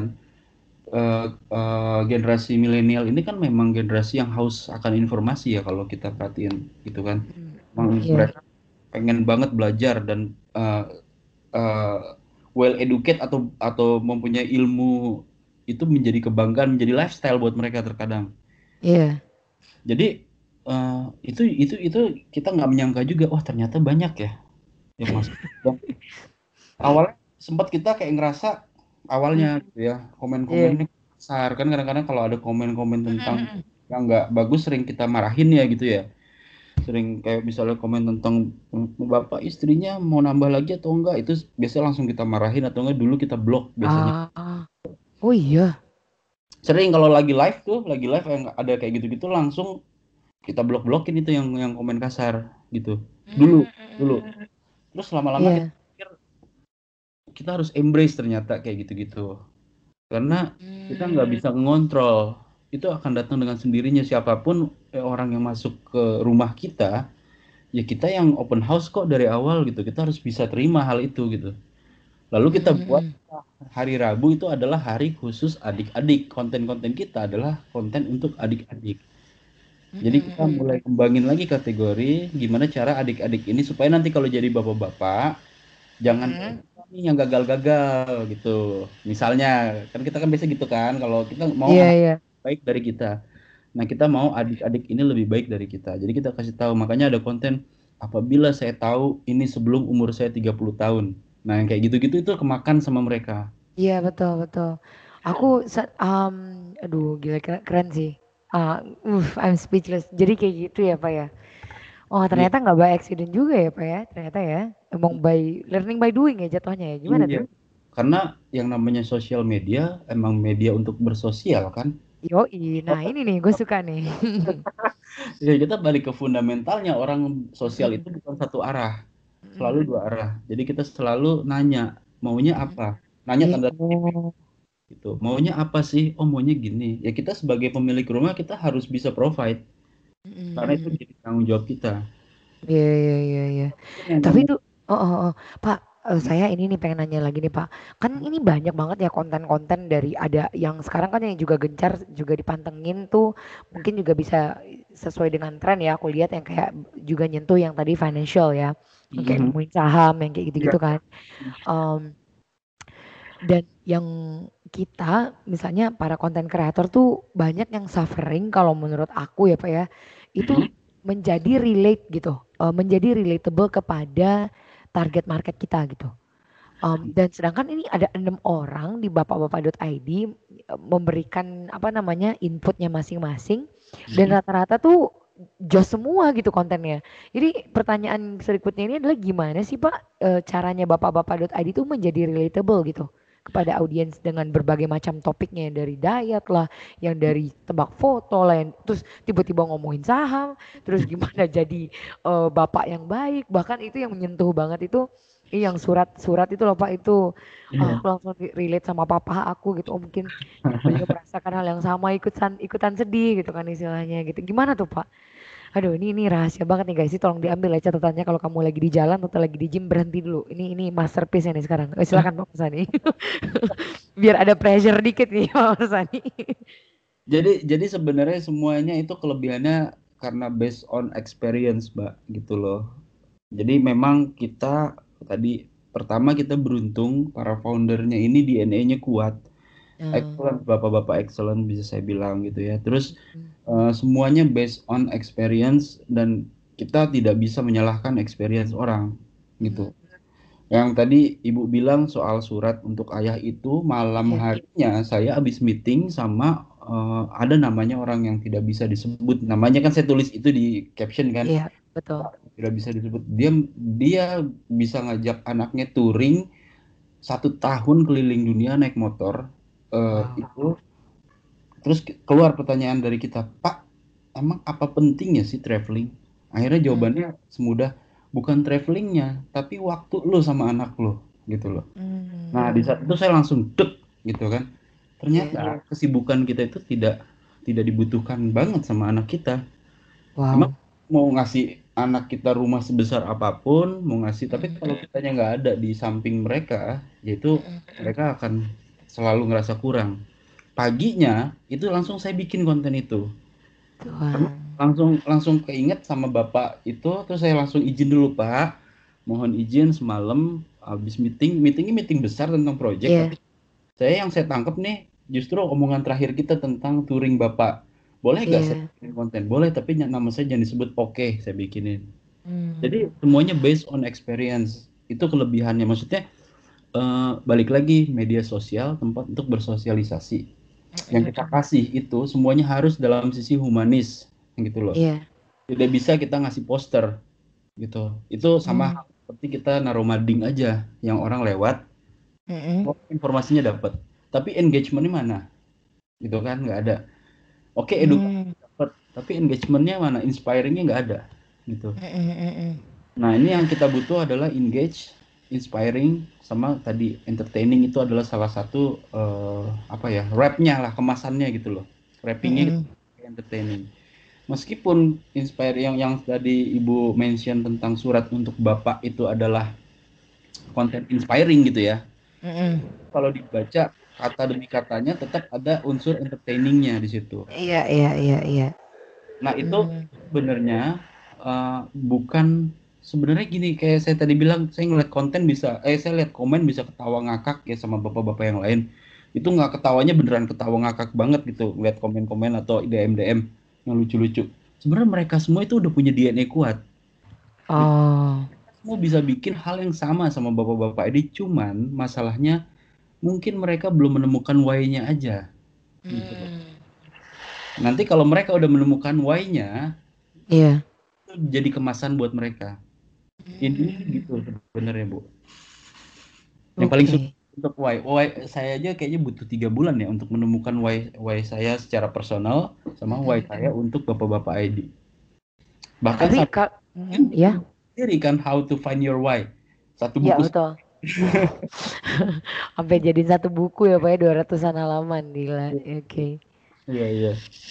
eh, eh, generasi milenial ini kan memang generasi yang haus akan informasi ya kalau kita perhatiin gitu kan. Hmm. Memang Iya. mereka pengen banget belajar dan eh, eh, well educate atau atau mempunyai ilmu itu menjadi kebanggaan, menjadi lifestyle buat mereka terkadang. Iya. Jadi eh, itu itu itu kita nggak menyangka juga, wah ternyata banyak ya yang masuk. Dan awalnya sempat kita kayak ngerasa Hmm. awalnya gitu ya komen-komen Iya. ini besar kan kadang-kadang kalau ada komen-komen tentang yang nggak bagus sering kita marahin ya gitu ya. Sering kayak misalnya komen tentang "Hmm, bapak istrinya mau nambah lagi atau enggak itu biasanya langsung kita marahin atau enggak dulu kita blok biasanya. Ah. Oh iya. Sering kalau lagi live tuh lagi live yang ada kayak gitu-gitu langsung kita blok-blokin itu yang yang komen kasar gitu dulu dulu terus lama-lama kita Iya. pikir kita harus embrace ternyata kayak gitu-gitu karena kita nggak bisa ngontrol itu akan datang dengan sendirinya siapapun eh, orang yang masuk ke rumah kita ya kita yang open house kok dari awal gitu kita harus bisa terima hal itu gitu lalu kita buat hari Rabu itu adalah hari khusus adik-adik konten-konten kita adalah konten untuk adik-adik. Jadi kita mulai kembangin lagi kategori gimana cara adik-adik ini supaya nanti kalau jadi bapak-bapak jangan kayak kita nih yang gagal-gagal gitu. Misalnya kan kita kan biasa gitu kan kalau kita mau Iya, anak iya. baik dari kita. Nah, kita mau adik-adik ini lebih baik dari kita. Jadi kita kasih tahu makanya ada konten apabila saya tahu ini sebelum umur saya tiga puluh tahun. Nah, yang kayak gitu-gitu itu kemakan sama mereka. Iya, betul, betul. Aku sa- um, aduh gila keren, keren sih. Ah, uh, I'm speechless. Jadi kayak gitu ya, Pak ya. Oh, Iya, ternyata nggak by accident juga ya, Pak ya. Ternyata ya. Emang by learning by doing ya jatuhnya ya. Gimana iya. tuh? Karena yang namanya sosial media emang media untuk bersosial kan. Yoi, nah ini nih gue suka nih. Ya, kita balik ke fundamentalnya orang sosial itu bukan satu arah, selalu dua arah. Jadi kita selalu nanya maunya apa. Nanya Iya. tanda Oh, gitu. Maunya apa sih? Oh maunya gini. Ya kita sebagai pemilik rumah kita harus bisa provide karena itu Mm-mm. jadi tanggung jawab kita. Iya, iya, iya, iya. Mungkin yang Tapi ngomong, itu, oh, oh, oh. Pak, eh, saya ini nih pengen nanya lagi nih Pak. Kan ini banyak banget ya konten-konten dari ada yang sekarang kan yang juga gencar juga dipantengin tuh mungkin juga bisa sesuai dengan tren ya. Aku lihat yang kayak juga nyentuh yang tadi financial ya, yang kayak Mhm. ngomongin saham yang kayak Iya. gitu-gitu kan. Em, dan yang kita misalnya para konten kreator tuh banyak yang suffering kalau menurut aku ya Pak ya. Itu Mhm. menjadi relate gitu, eh, menjadi relatable kepada target market kita gitu. Um, dan sedangkan ini ada enam orang di bapak-bapak.id eh, memberikan apa namanya inputnya masing-masing dan Mhm. rata-rata tuh jos semua gitu kontennya. Jadi pertanyaan berikutnya ini adalah gimana sih Pak eh, caranya bapak-bapak.id tuh menjadi relatable gitu kepada audiens dengan berbagai macam topiknya yang dari diet lah, yang dari tebak foto lah, yang terus tiba-tiba ngomongin saham, terus gimana jadi eh, bapak yang baik, bahkan itu yang menyentuh banget itu Iya, yang surat-surat itu loh Pak itu ah, Iya. aku langsung di- relate sama papa aku gitu. Oh mungkin beliau merasakan hal yang sama ikutan ikutan sedih gitu kan istilahnya gitu. Gimana tuh Pak? Aduh ini ini rahasia banget nih guys. Ini tolong diambil ya catatannya kalau kamu lagi di jalan atau lagi di gym berhenti dulu. Ini ini masterpiece nih sekarang. Eh, silakan Pak Sani. Biar ada pressure dikit nih Pak Sani. Jadi jadi sebenarnya semuanya itu kelebihannya karena based on experience, Mbak, gitu loh. Jadi memang kita tadi pertama kita beruntung para foundernya ini D N A-nya kuat. Nah, Excellent, bapak-bapak excellent bisa saya bilang gitu ya. Terus eh, semuanya based on experience dan kita tidak bisa menyalahkan experience orang gitu. Yang tadi Ibu bilang soal surat untuk ayah itu malam iya, harinya saya habis meeting sama eh, ada namanya orang yang tidak bisa disebut. Namanya kan saya tulis itu di caption kan. iya betul. Tidak bisa disebut. Dia dia bisa ngajak anaknya touring satu tahun keliling dunia naik motor. Eh, Wow. itu terus keluar pertanyaan dari kita, Pak, emang apa pentingnya sih traveling? Akhirnya Hmm, jawabannya semudah bukan travelingnya, tapi waktu lo sama anak lo gitu loh. Nah, di hmm, saat itu saya langsung dek gitu kan. iya. Ternyata kesibukan kita itu tidak tidak dibutuhkan banget sama anak kita. Emang Wow. mau ngasih anak kita rumah sebesar apapun, mau ngasih, tapi Mm-mm. kalau kitanya nggak ada di samping mereka, yaitu Mm-mm. mereka akan selalu ngerasa kurang. Paginya itu langsung saya bikin konten itu. Karena Tuhan. langsung langsung keinget sama bapak itu, terus saya langsung izin dulu Pak, mohon izin semalam habis meeting, meetingnya meeting besar tentang project, Iya, tapi saya yang saya tangkap nih justru omongan terakhir kita tentang touring bapak. Boleh gak saya iya. bikin konten? Boleh, tapi ny- nama saya jangan disebut. Oke, saya bikinin. Hmm. Jadi semuanya based on experience. Itu kelebihannya. Maksudnya eh, balik lagi media sosial tempat untuk bersosialisasi. Yang kita Mm-mm. kasih itu semuanya harus dalam sisi humanis gitu loh. Iya. Tidak bisa kita ngasih poster gitu. Itu sama Hmm. hal seperti kita naruh mading aja yang orang lewat, Mm-mm. oh, informasinya dapat. Tapi engagementnya mana? Gitu kan nggak ada. Oke, edukasi Hmm. dapat, tapi engagementnya mana? Inspiringnya nggak ada gitu. Mm-mm. Mm-mm. Nah, ini yang kita butuh adalah engage, inspiring, sama tadi entertaining itu adalah salah satu eh, apa ya, rapnya lah, kemasannya gitu loh. Rappingnya Mm-mm. entertaining. Meskipun inspire yang yang tadi Ibu mention tentang surat untuk Bapak itu adalah konten inspiring gitu ya. Mm-mm. Kalau dibaca kata demi katanya tetap ada unsur entertainingnya di situ. Iya, iya, iya, iya. Nah, itu Hmm. sebenarnya eh, bukan sebenarnya gini kayak saya tadi bilang saya ngeliat konten bisa eh saya lihat komen bisa ketawa ngakak ya sama bapak-bapak yang lain. Itu nggak ketawanya beneran ketawa ngakak banget gitu ngeliat komen-komen atau D M D M yang lucu-lucu. Sebenarnya mereka semua itu udah punya D N A kuat. Gitu. Oh. Semua bisa bikin hal yang sama sama bapak-bapak ini cuman masalahnya mungkin mereka belum menemukan why-nya aja gitu. Hmm. Nanti kalau mereka udah menemukan why-nya Iya. itu jadi kemasan buat mereka. Ini Hmm. gitu sebenarnya Bu. Yang paling sulit Oke. untuk why, why saya aja kayaknya butuh tiga bulan ya untuk menemukan why why saya secara personal sama why Mm-mm. saya untuk bapak-bapak I D. Bahkan Tapi sampai kak, Mm-mm. Ya, sendiri kan how to find your why. Satu ya buku betul. Sampai jadi satu buku ya Pak ya, dua ratusan halaman, gila. Oke. Iya, iya.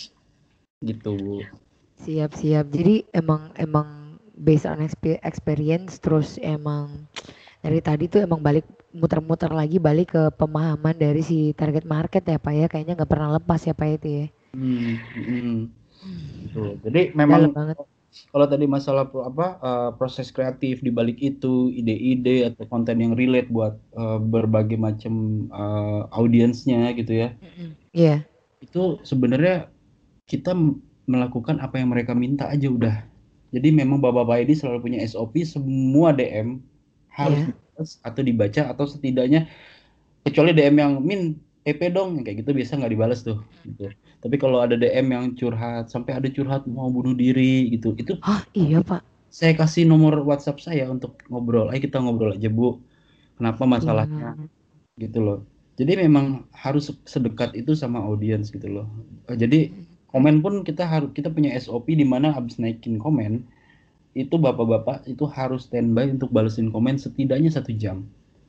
Gitu, Bu. Siap, siap. Jadi emang emang based on expe- experience, terus emang dari tadi tuh emang balik muter-muter lagi balik ke pemahaman dari si target market ya Pak ya. Kayaknya nggak pernah lepas ya Pak itu ya. Hmm, hmm, gitu. Jadi Dalam memang banget. kalau tadi masalah pro- apa eh, proses kreatif di balik itu, ide-ide atau konten yang relate buat eh, berbagai macam eh, audiensnya gitu ya. Mm-mm. Iya, Itu sebenarnya kita m- melakukan apa yang mereka minta aja udah. Jadi memang Bapak-bapak ini selalu punya S O P, semua D M harus iya. dibalas atau dibaca atau setidaknya, kecuali D M yang min E P dong yang kayak gitu biasa nggak dibalas tuh gitu. Tapi kalau ada D M yang curhat sampai ada curhat mau bunuh diri gitu, itu Oh iya Pak. saya kasih nomor WhatsApp saya untuk ngobrol. Ayo kita ngobrol aja Bu, kenapa Gila. masalahnya gitu loh. Jadi memang harus sedekat itu sama audiens gitu loh. Eh, Jadi komen pun kita harus kita punya S O P di mana habis naikin komen itu bapak-bapak itu harus standby untuk balesin komen setidaknya satu jam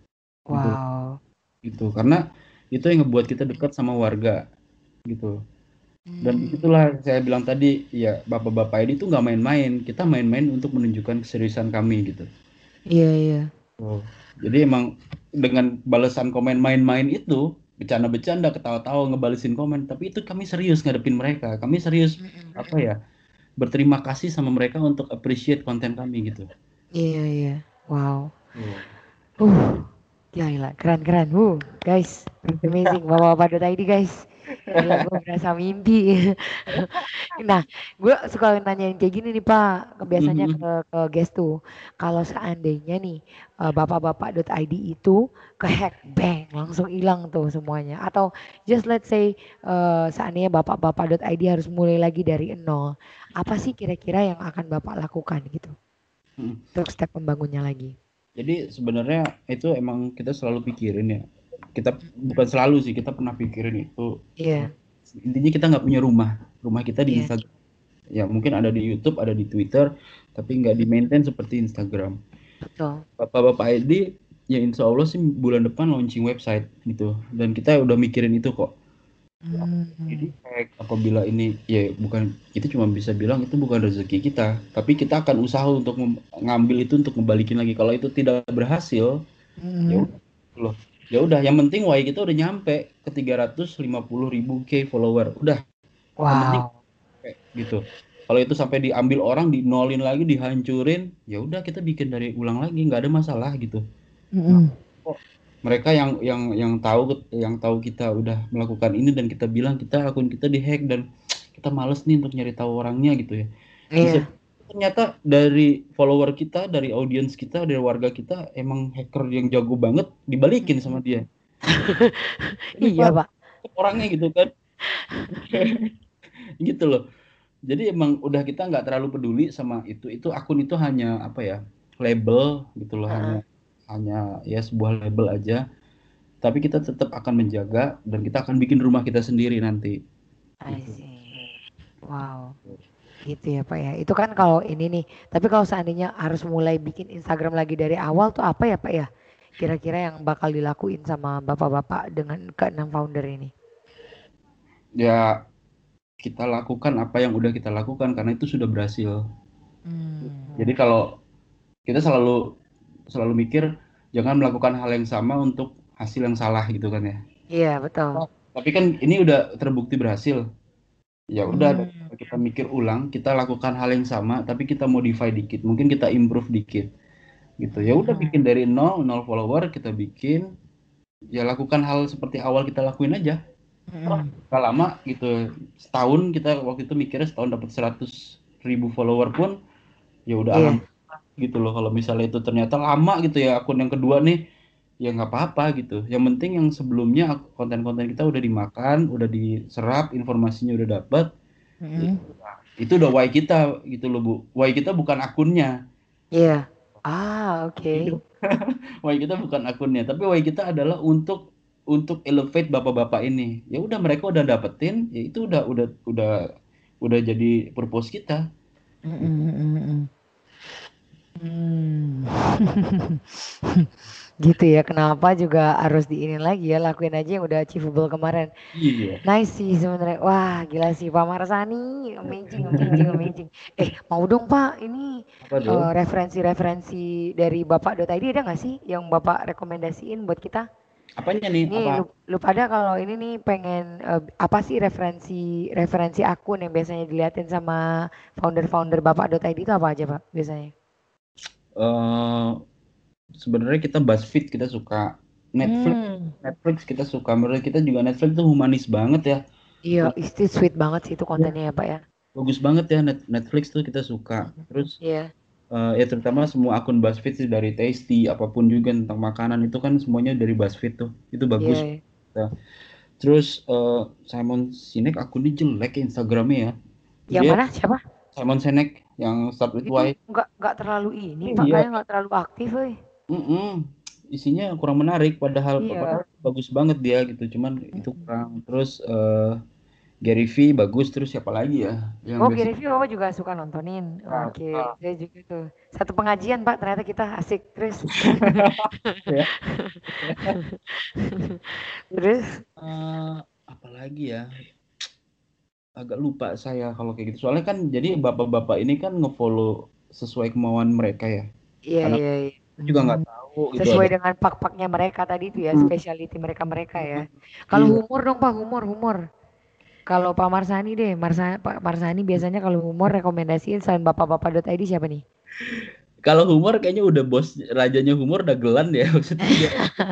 gitu Wow. gitu karena itu yang ngebuat kita dekat sama warga gitu. Dan Hmm. itulah saya bilang tadi ya bapak-bapak ini tuh nggak main-main, kita main-main untuk menunjukkan keseriusan kami gitu. Iya, iya. Oh. Jadi emang dengan balasan komen main-main itu, bercanda-bercanda, ketawa-tawa, ngebalesin komen, tapi itu kami serius ngadepin mereka. Kami serius Mm-mm. apa ya? Berterima kasih sama mereka untuk appreciate konten kami gitu. Iya, iya. Wow. Oh. Uh, gila, keren keren. Uh, guys, amazing. Bapak-bapak.id guys. Gila, gue berasa mimpi. Nah, gue suka nanyain kayak gini nih Pak. Biasanya Mhm. ke ke guest tuh. Kalau seandainya nih eh, bapak-bapak.id itu kehack, bang, langsung hilang tuh semuanya. Atau just let's say eh, seandainya bapak-bapak.id harus mulai lagi dari nol. Apa sih kira-kira yang akan Bapak lakukan gitu? Mhm. Untuk step membangunnya lagi. Jadi sebenarnya itu emang kita selalu pikirin ya. Kita bukan selalu sih, kita pernah pikirin itu. Iya, Intinya kita nggak punya rumah. Rumah kita di iya. Instagram. Ya mungkin ada di YouTube, ada di Twitter, tapi nggak di maintain seperti Instagram. Betul. Bapak-bapak I D ya insya Allah sih bulan depan launching website gitu. Dan kita udah mikirin itu kok. Jadi Hmm. kayak apabila ini ya bukan, kita cuma bisa bilang itu bukan rezeki kita, tapi kita akan usaha untuk mem- ngambil itu untuk membalikin lagi. Kalau itu tidak berhasil, ya Hmm. udah loh. Ya udah, yang penting Y kita udah nyampe ke tiga ratus lima puluh ribu K follower. Udah, yang penting Wow. kayak gitu. Kalau itu sampai diambil orang, dinolin lagi, dihancurin, ya udah kita bikin dari ulang lagi, nggak ada masalah gitu. Hmm. Kok mereka yang yang yang tahu yang tahu kita udah melakukan ini dan kita bilang kita akun kita dihack dan kita males nih untuk nyari tahu orangnya gitu ya. Bisa Iya. ternyata dari follower kita, dari audiens kita, dari warga kita emang hacker yang jago banget, dibalikin sama dia. Ini Iya, Pak Pak. orangnya gitu kan. Gitu loh. Jadi emang udah kita nggak terlalu peduli sama itu. Itu akun itu hanya apa ya? Label gitu loh, hanya Heeh. hanya ya sebuah label aja. Tapi kita tetap akan menjaga dan kita akan bikin rumah kita sendiri nanti. I Gitu. see. Wow. Gitu ya, Pak ya. Itu kan kalau ini nih. Tapi kalau seandainya harus mulai bikin Instagram lagi dari awal tuh apa ya, Pak ya? Kira-kira yang bakal dilakuin sama bapak-bapak dengan keenam founder ini. Ya kita lakukan apa yang udah kita lakukan karena itu sudah berhasil. Jadi Hmm. kalau kita selalu selalu mikir jangan melakukan hal yang sama untuk hasil yang salah gitu kan ya. Iya, betul. Tapi kan ini udah terbukti berhasil. Ya udah Hmm. daripada kita mikir ulang, kita lakukan hal yang sama tapi kita modify dikit. Mungkin kita improve dikit gitu. Ya udah Hmm. bikin dari nol, nol follower kita bikin, ya lakukan hal seperti awal kita lakuin aja. Hmm. Gak lama gitu, setahun kita waktu itu mikirnya setahun dapat seratus ribu follower pun ya udah Iya. alhamdulillah gitu loh. Kalau misalnya itu ternyata lama gitu ya akun yang kedua nih, ya nggak apa-apa gitu. Yang penting yang sebelumnya konten-konten kita udah dimakan, udah diserap, informasinya udah dapat, ya, Hmm. itu udah why kita gitu loh Bu. Why kita bukan akunnya. Iya. Ah, oke. Why kita bukan akunnya, tapi why kita adalah untuk untuk elevate bapak-bapak ini. Ya udah mereka udah dapetin, ya itu udah udah udah udah jadi purpose kita. Hmm. Hmm. Hmm. Gitu ya, kenapa juga harus diinin lagi ya, lakuin aja yang udah achievable kemarin. Iya. Nice sih sebenarnya. Wah, gila sih Pak Marsani, amazing, amazing, amazing. Eh, mau dong Pak, ini Apa eh, tuh? referensi-referensi dari Bapak Dot I D ada nggak sih yang Bapak rekomendasiin buat kita? Apanya nih? Nih, Apa? lu, lu pada kalau ini nih pengen eh, apa sih referensi referensi akun yang biasanya diliatin sama founder-founder Bapak Dot I D itu apa aja Pak biasanya? eh Sebenarnya kita BuzzFeed kita suka, Netflix Hmm, Netflix kita suka. Menurut kita juga Netflix tuh humanis banget ya. iya, Terus itu sweet banget sih itu ya, kontennya ya Pak ya. bagus banget ya, Net- Netflix tuh kita suka. Mhm. Terus Iya, eh, ya terutama semua akun BuzzFeed sih, dari Tasty apapun juga tentang makanan itu kan semuanya dari BuzzFeed tuh. Itu iya, bagus. iya. Ya. Terus eh, Simon Sinek akunnya jelek ya Instagramnya ya. Yang Dia mana? Siapa? Simon Sinek yang Start With Itu Why. nggak nggak terlalu ini Pak, Iya. kayak nggak terlalu aktif, eh. Mm-mm. Isinya kurang menarik, padahal Iya. padahal bagus banget dia gitu, cuman itu Mm-mm. kurang. Terus eh, Gary V bagus. Terus siapa lagi ya yang Oh, basic. Gary Vee Bapak juga suka nontonin. Nah, Oke, saya juga tuh. Satu pengajian Pak, ternyata kita asik terus. ya. Terus Terus, eh, apa lagi ya, agak lupa saya kalau kayak gitu, soalnya kan jadi bapak-bapak ini kan ngefollow sesuai kemauan mereka ya, iya karena iya iya. juga nggak Hmm. tahu gitu Sesuai ada. dengan pak-paknya mereka tadi itu ya, Hmm. specialty mereka-mereka ya. Kalau Iya. humor dong Pak, humor, humor. Kalau Pak Marsani deh, Marsa, Pak Marsani biasanya kalau humor rekomendasiin selain bapak-bapak dot I D siapa nih? Kalau humor kayaknya udah bos, rajanya humor udah gelan ya maksudnya dia.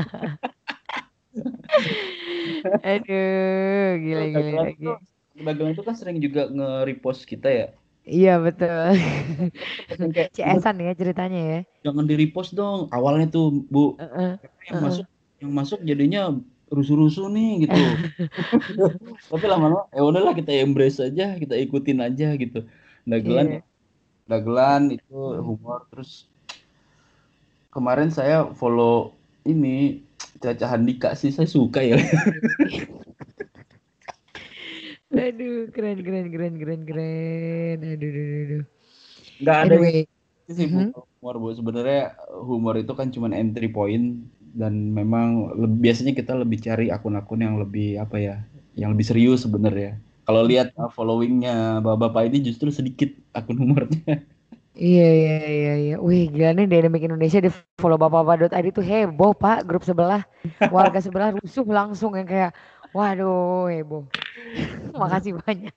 Aduh, gila Udah gila gelan lagi. tuh, udah gelan tuh kan sering juga nge-repost kita ya. Iya betul. Terus yang kayak udah, C S-an ya ceritanya ya. jangan di repost dong awalnya tuh Bu, Heeh, yang heeh. masuk yang masuk jadinya rusuh-rusuh nih gitu. Tapi lama-lama ya udahlah, kita embrace aja, kita ikutin aja gitu. Dagelan ya, Iya. dagelan itu Hmm. humor. Terus kemarin saya follow ini Caca Handika sih, saya suka ya. Aduh, keren keren keren keren keren. Aduh, aduh, aduh, aduh. Nggak ada yang Anyway, sih Bu, mhm. humor Bu. Sebenarnya humor itu kan cuma entry point, dan memang le- biasanya kita lebih cari akun-akun yang lebih apa ya, yang lebih serius sebenarnya. Kalau lihat uh, followingnya bapak-bapak ini justru sedikit akun humornya. Iya iya iya iya. Wih, gila nih Dynamic Indonesia di follow bapak-bapak dot I D tuh heboh Pak, grup sebelah, warga sebelah rusuh langsung yang kayak, waduh heboh. Makasih banyak.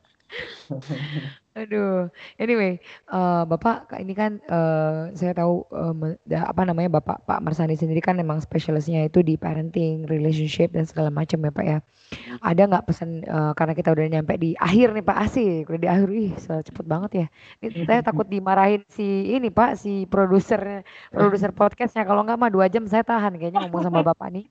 Aduh, anyway, eh, Bapak ini kan eh, saya tahu eh, me- da- apa namanya Bapak Pak Marsani sendiri kan memang spesialisnya itu di parenting, relationship dan segala macam ya Pak ya. Ada nggak pesan eh, karena kita udah nyampe di akhir nih Pak, asik udah di akhir, ih se- cepet banget ya. Ini saya takut dimarahin si ini Pak, si produser produser podcastnya, kalau nggak mah dua jam saya tahan kayaknya ngomong sama Bapak nih.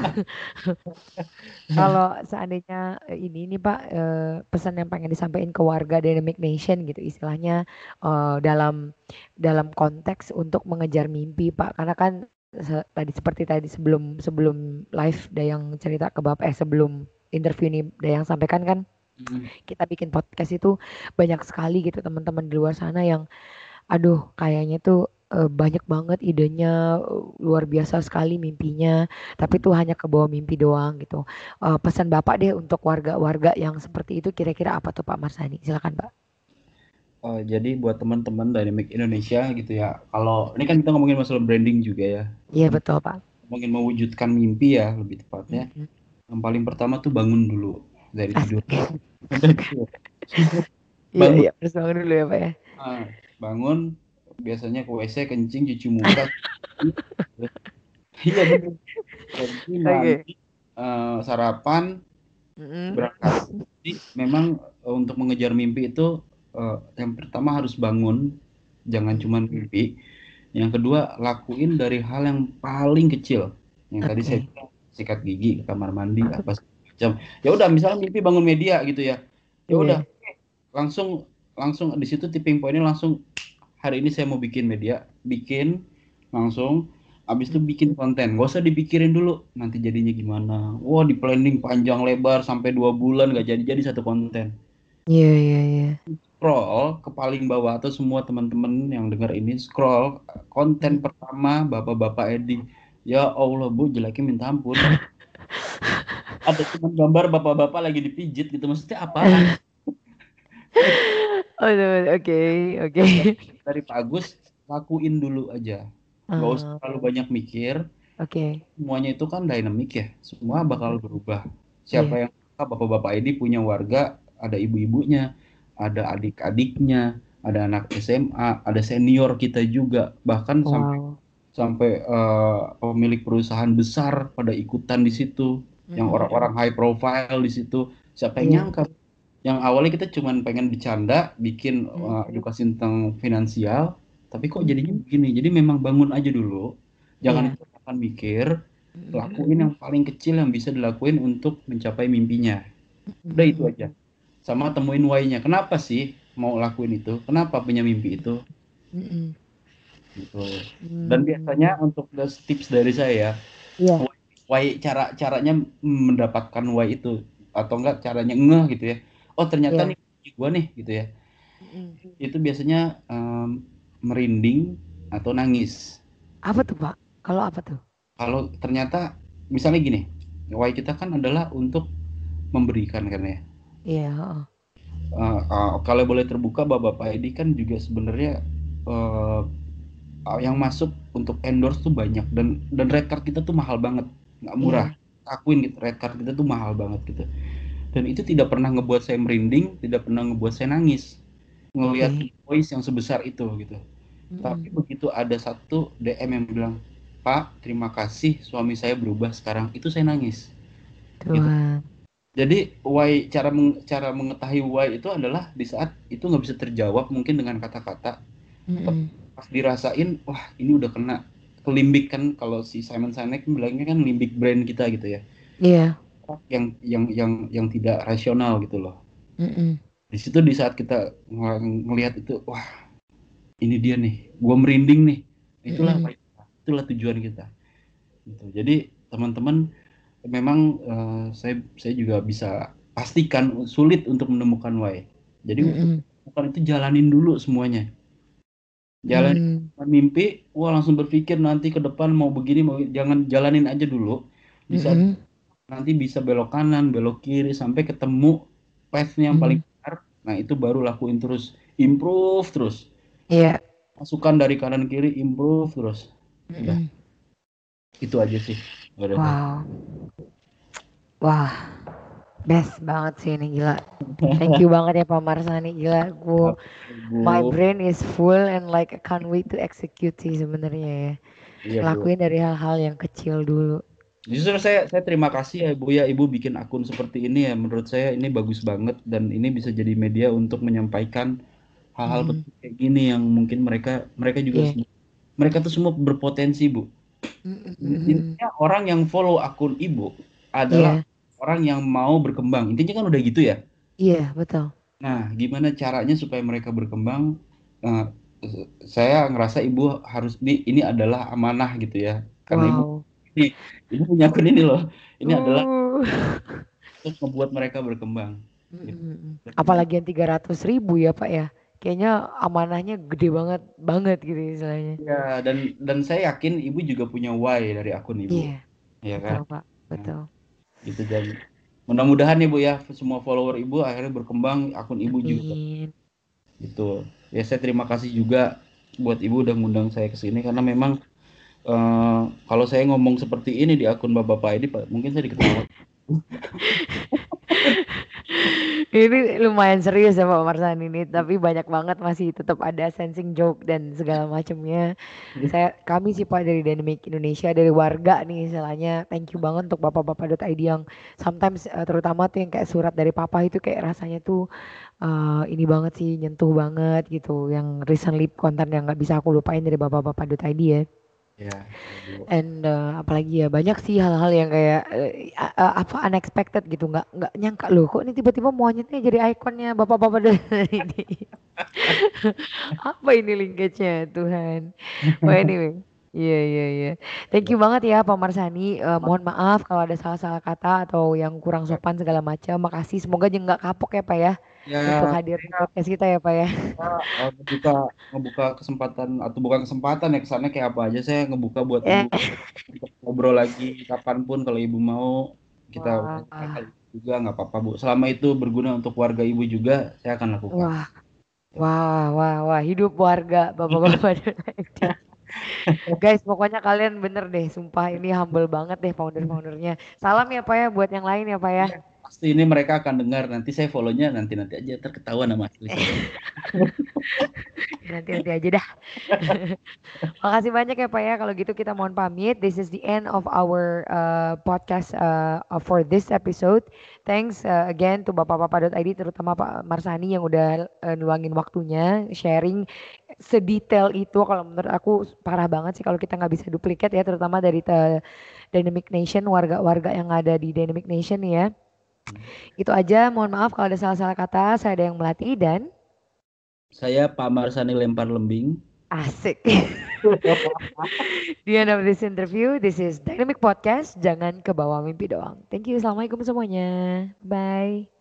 Kalau seandainya eh, ini nih Pak, eh, pesan yang pengen disampaikan ke warga Dynamic Nation gitu istilahnya eh, dalam dalam konteks untuk mengejar mimpi Pak, karena kan se- tadi seperti tadi sebelum sebelum live Dayang cerita ke Bapak, eh sebelum interview ini Dayang sampaikan kan Hmm. kita bikin podcast itu banyak sekali gitu teman-teman di luar sana yang aduh, kayaknya tuh eh, banyak banget idenya, eh, luar biasa sekali mimpinya, tapi tuh hanya ke bawah mimpi doang gitu. Eh, pesan Bapak deh untuk warga-warga yang seperti itu kira-kira apa tuh Pak Marsani? Silakan Pak. Oh, jadi buat teman-teman Dynamic Indonesia gitu ya, kalau ini kan kita ngomongin masalah branding juga ya, Iya kita betul Pak. ngomongin mewujudkan mimpi ya lebih tepatnya. Mm-mm. Yang paling pertama tuh bangun dulu dari tidur. Asik. Iya Bangun, iya harus bangun dulu ya Pak ya. ah, bangun, biasanya ke W C, kencing, cuci muka. Iya bener. Kencing, Oke. mandi, eh, sarapan, Mm-mm. berangkat. Jadi memang eh, untuk mengejar mimpi itu eh, yang pertama harus bangun, jangan cuma mimpi. Yang kedua, lakuin dari hal yang paling kecil. Yang tadi saya Oke. bilang, sikat gigi, ke kamar mandi, apa segala macam. Ya udah, misalnya mimpi bangun media gitu ya. Ya udah, Iya. langsung langsung di situ tipping pointnya langsung, hari ini saya mau bikin media, bikin langsung. Abis itu bikin konten, gak usah dipikirin dulu nanti jadinya gimana. Wah, di planning panjang lebar sampai dua bulan gak jadi-jadi satu konten. Iya iya iya. Scroll ke paling bawah, atau semua teman-teman yang dengar ini scroll konten Mm. pertama bapak-bapak Edi Ya Allah Bu, jeleknya minta ampun. Ada cuma gambar bapak-bapak lagi dipijit gitu, maksudnya apaan? Aduh, oke, oke. Dari, dari Pak Agus, lakuin dulu aja. Nggak usah Ah, terlalu banyak mikir, oke, semuanya itu kan dynamic ya, semua bakal Mm-mm. berubah. Siapa Iya, yang suka bapak-bapak ini punya warga, ada ibu-ibunya, ada adik-adiknya, ada anak S M A, ada senior kita juga, bahkan sampai wow. sampai eh, pemilik perusahaan besar pada ikutan di situ, yang Mm-mm. orang-orang high profile di situ. Siapa yang Iya. nyangka? Yang awalnya kita cuman pengen bercanda, bikin Mm. eh, edukasi tentang finansial, tapi kok jadinya Mm-mm. begini. Jadi memang bangun aja dulu, jangan Iya. itu akan mikir, Mm-mm. lakuin yang paling kecil yang bisa dilakuin untuk mencapai mimpinya. Udah itu Mm-mm. aja. Sama temuin why-nya. Kenapa sih mau lakuin itu? Kenapa punya mimpi itu? Mm-mm. Gitu. Dan biasanya Mm. untuk the tips dari saya, Iya. why, why cara caranya mendapatkan why itu atau enggak caranya ngeh gitu ya. Oh, ternyata Iya. nih gua nih gitu ya. Mm-mm. Itu biasanya em, merinding atau nangis. Apa tuh, Pak? Kalau apa tuh? Kalau ternyata misalnya gini, why kita kan adalah untuk memberikan kan ya. Iya, heeh. Eh, eh, kalau boleh terbuka, Bapak ini kan juga sebenarnya eh, yang masuk untuk endorse tuh banyak, dan dan red card kita tuh mahal banget, nggak murah. Iya. Akuin gitu, red card kita tuh mahal banget gitu. Dan itu tidak pernah ngebuat saya merinding, tidak pernah ngebuat saya nangis ngelihat Oke. invoice yang sebesar itu gitu. Tapi Mm-mm. begitu ada satu D M yang bilang, Pak, terima kasih suami saya berubah sekarang, itu saya nangis. Gitu. Tuhan. Jadi why cara meng- cara mengetahui why itu adalah di saat itu nggak bisa terjawab mungkin dengan kata-kata, tapi Mm-mm. pas dirasain, wah ini udah kena kelimbik kan, kalau si Simon Sinek bilangnya kan limbik brain kita gitu ya, Iya. yang yang yang yang tidak rasional gitu loh. Mm-mm. Di situ di saat kita ng- ngelihat itu, wah ini dia nih, gua merinding nih, itulah Mm-mm. why kita, itulah tujuan kita gitu. Jadi teman-teman, memang eh, saya saya juga bisa pastikan sulit untuk menemukan why. Jadi untuk Mm-mm. menemukan itu jalanin dulu semuanya. Jalanin Mm. mimpi, wah langsung berpikir nanti ke depan mau begini, mau jangan, jalanin aja dulu. Di saat Mm-mm. nanti bisa belok kanan, belok kiri sampai ketemu path-nya yang paling Mm. benar. Nah, itu baru lakuin terus, improve terus. Iya. Masukan dari kanan kiri, improve terus. Udah, Mm-mm. itu aja sih. Udah saya. Wow. Wah, best banget sih ini gila. Thank you banget ya Pak Marsani, gila. Gue, Apa, my Bu? brain is full and like I can't wait to execute sih sebenarnya ya. Iya, Bu. Lakuin dari hal-hal yang kecil dulu. Justru saya saya terima kasih ya Bu ya, Ibu bikin akun seperti ini ya. Menurut saya ini bagus banget, dan ini bisa jadi media untuk menyampaikan hal-hal Mm-mm. penting kayak gini yang mungkin mereka mereka juga Iya. semua- mereka tuh semua berpotensi, Bu. Mm-mm. Intinya orang yang follow akun Ibu adalah Iya, orang yang mau berkembang. Intinya kan udah gitu ya. iya betul. Nah, gimana caranya supaya mereka berkembang? Nah, saya ngerasa Ibu harus di ini adalah amanah gitu ya. Karena Ibu Wow. ini Ibu punya akun ini loh. Ini adalah Uh. untuk membuat mereka berkembang. Gitu. Mm-mm. Dan ini Apalagi yang tiga ratus ribu ya Pak ya. Kayaknya amanahnya gede banget, banget gitu istilahnya. ya, dan dan saya yakin Ibu juga punya why dari akun Ibu, Iya, ya kan? betul Pak, Nah, betul. gitu. Dan mudah-mudahan ya Bu ya, semua follower Ibu akhirnya berkembang, akun Ibu juga Amin. gitu. Ya, saya terima kasih juga buat Ibu udah ngundang saya ke sini, karena memang eh, kalau saya ngomong seperti ini di akun Bapak-bapak ini, Pak, mungkin saya diketahui. Ini lumayan serius ya Pak Marsan ini, tapi banyak banget masih tetap ada sensing joke dan segala macamnya. Saya kami sih Pak dari Dynamic Indonesia, dari warga nih istilahnya, thank you banget untuk bapak-bapak dot I D yang sometimes eh, terutama tuh yang kayak surat dari papa itu kayak rasanya tuh eh, ini banget sih, nyentuh banget gitu, yang recently konten yang nggak bisa aku lupain dari bapak-bapak dot I D ya. Ya, Bu. And eh, apalagi ya banyak sih hal-hal yang kayak eh, a- a- apa unexpected gitu, nggak nggak nyangka loh kok ini tiba-tiba monyetnya jadi ikonnya bapak-bapak dari ini. Apa ini linkage-nya Tuhan. Well anyway, Iya, iya, iya. Thank you banget ya Pak Marsani. Eh, mohon maaf kalau ada salah-salah kata atau yang kurang sopan segala macam. Makasih. Semoga aja nggak kapok ya Pak ya untuk Ya, hadir di podcast kita ya Pak ya. uh, ngebuka ngebuka kesempatan atau bukan kesempatan ya, kesannya kayak apa aja, saya ngebuka buat Eh, ibu untuk ngobrol lagi kapanpun kalau ibu mau, kita wah, hal juga nggak apa-apa bu, selama itu berguna untuk warga ibu juga saya akan lakukan. wah, wah, wah, wah. Hidup warga Bapak-bapak dan Lady. Guys, pokoknya kalian bener deh. Sumpah ini humble banget deh founder-foundernya. Salam ya Pak ya buat yang lain ya Pak ya. Iya, pasti ini mereka akan dengar, nanti saya follow-nya nanti nanti aja terketahuan nama asli saya. Nanti-nanti aja dah. Makasih banyak ya Pak ya. Kalau gitu kita mohon pamit. This is the end of our uh, podcast uh, for this episode. Thanks uh, again to bapak-bapak dot I D terutama Pak Marsani yang udah uh, nuangin waktunya sharing sedetail itu. Kalau menurut aku parah banget sih kalau kita nggak bisa duplikat ya, terutama dari uh, Dynamic Nation, warga-warga yang ada di Dynamic Nation ya. Itu aja. Mohon maaf kalau ada salah-salah kata. Saya ada yang melatih dan Saya Pak Marsani lempar lembing. asik. The end of this interview, this is Dynamic Podcast. Jangan ke bawah mimpi doang. Thank you. Assalamualaikum semuanya. Bye.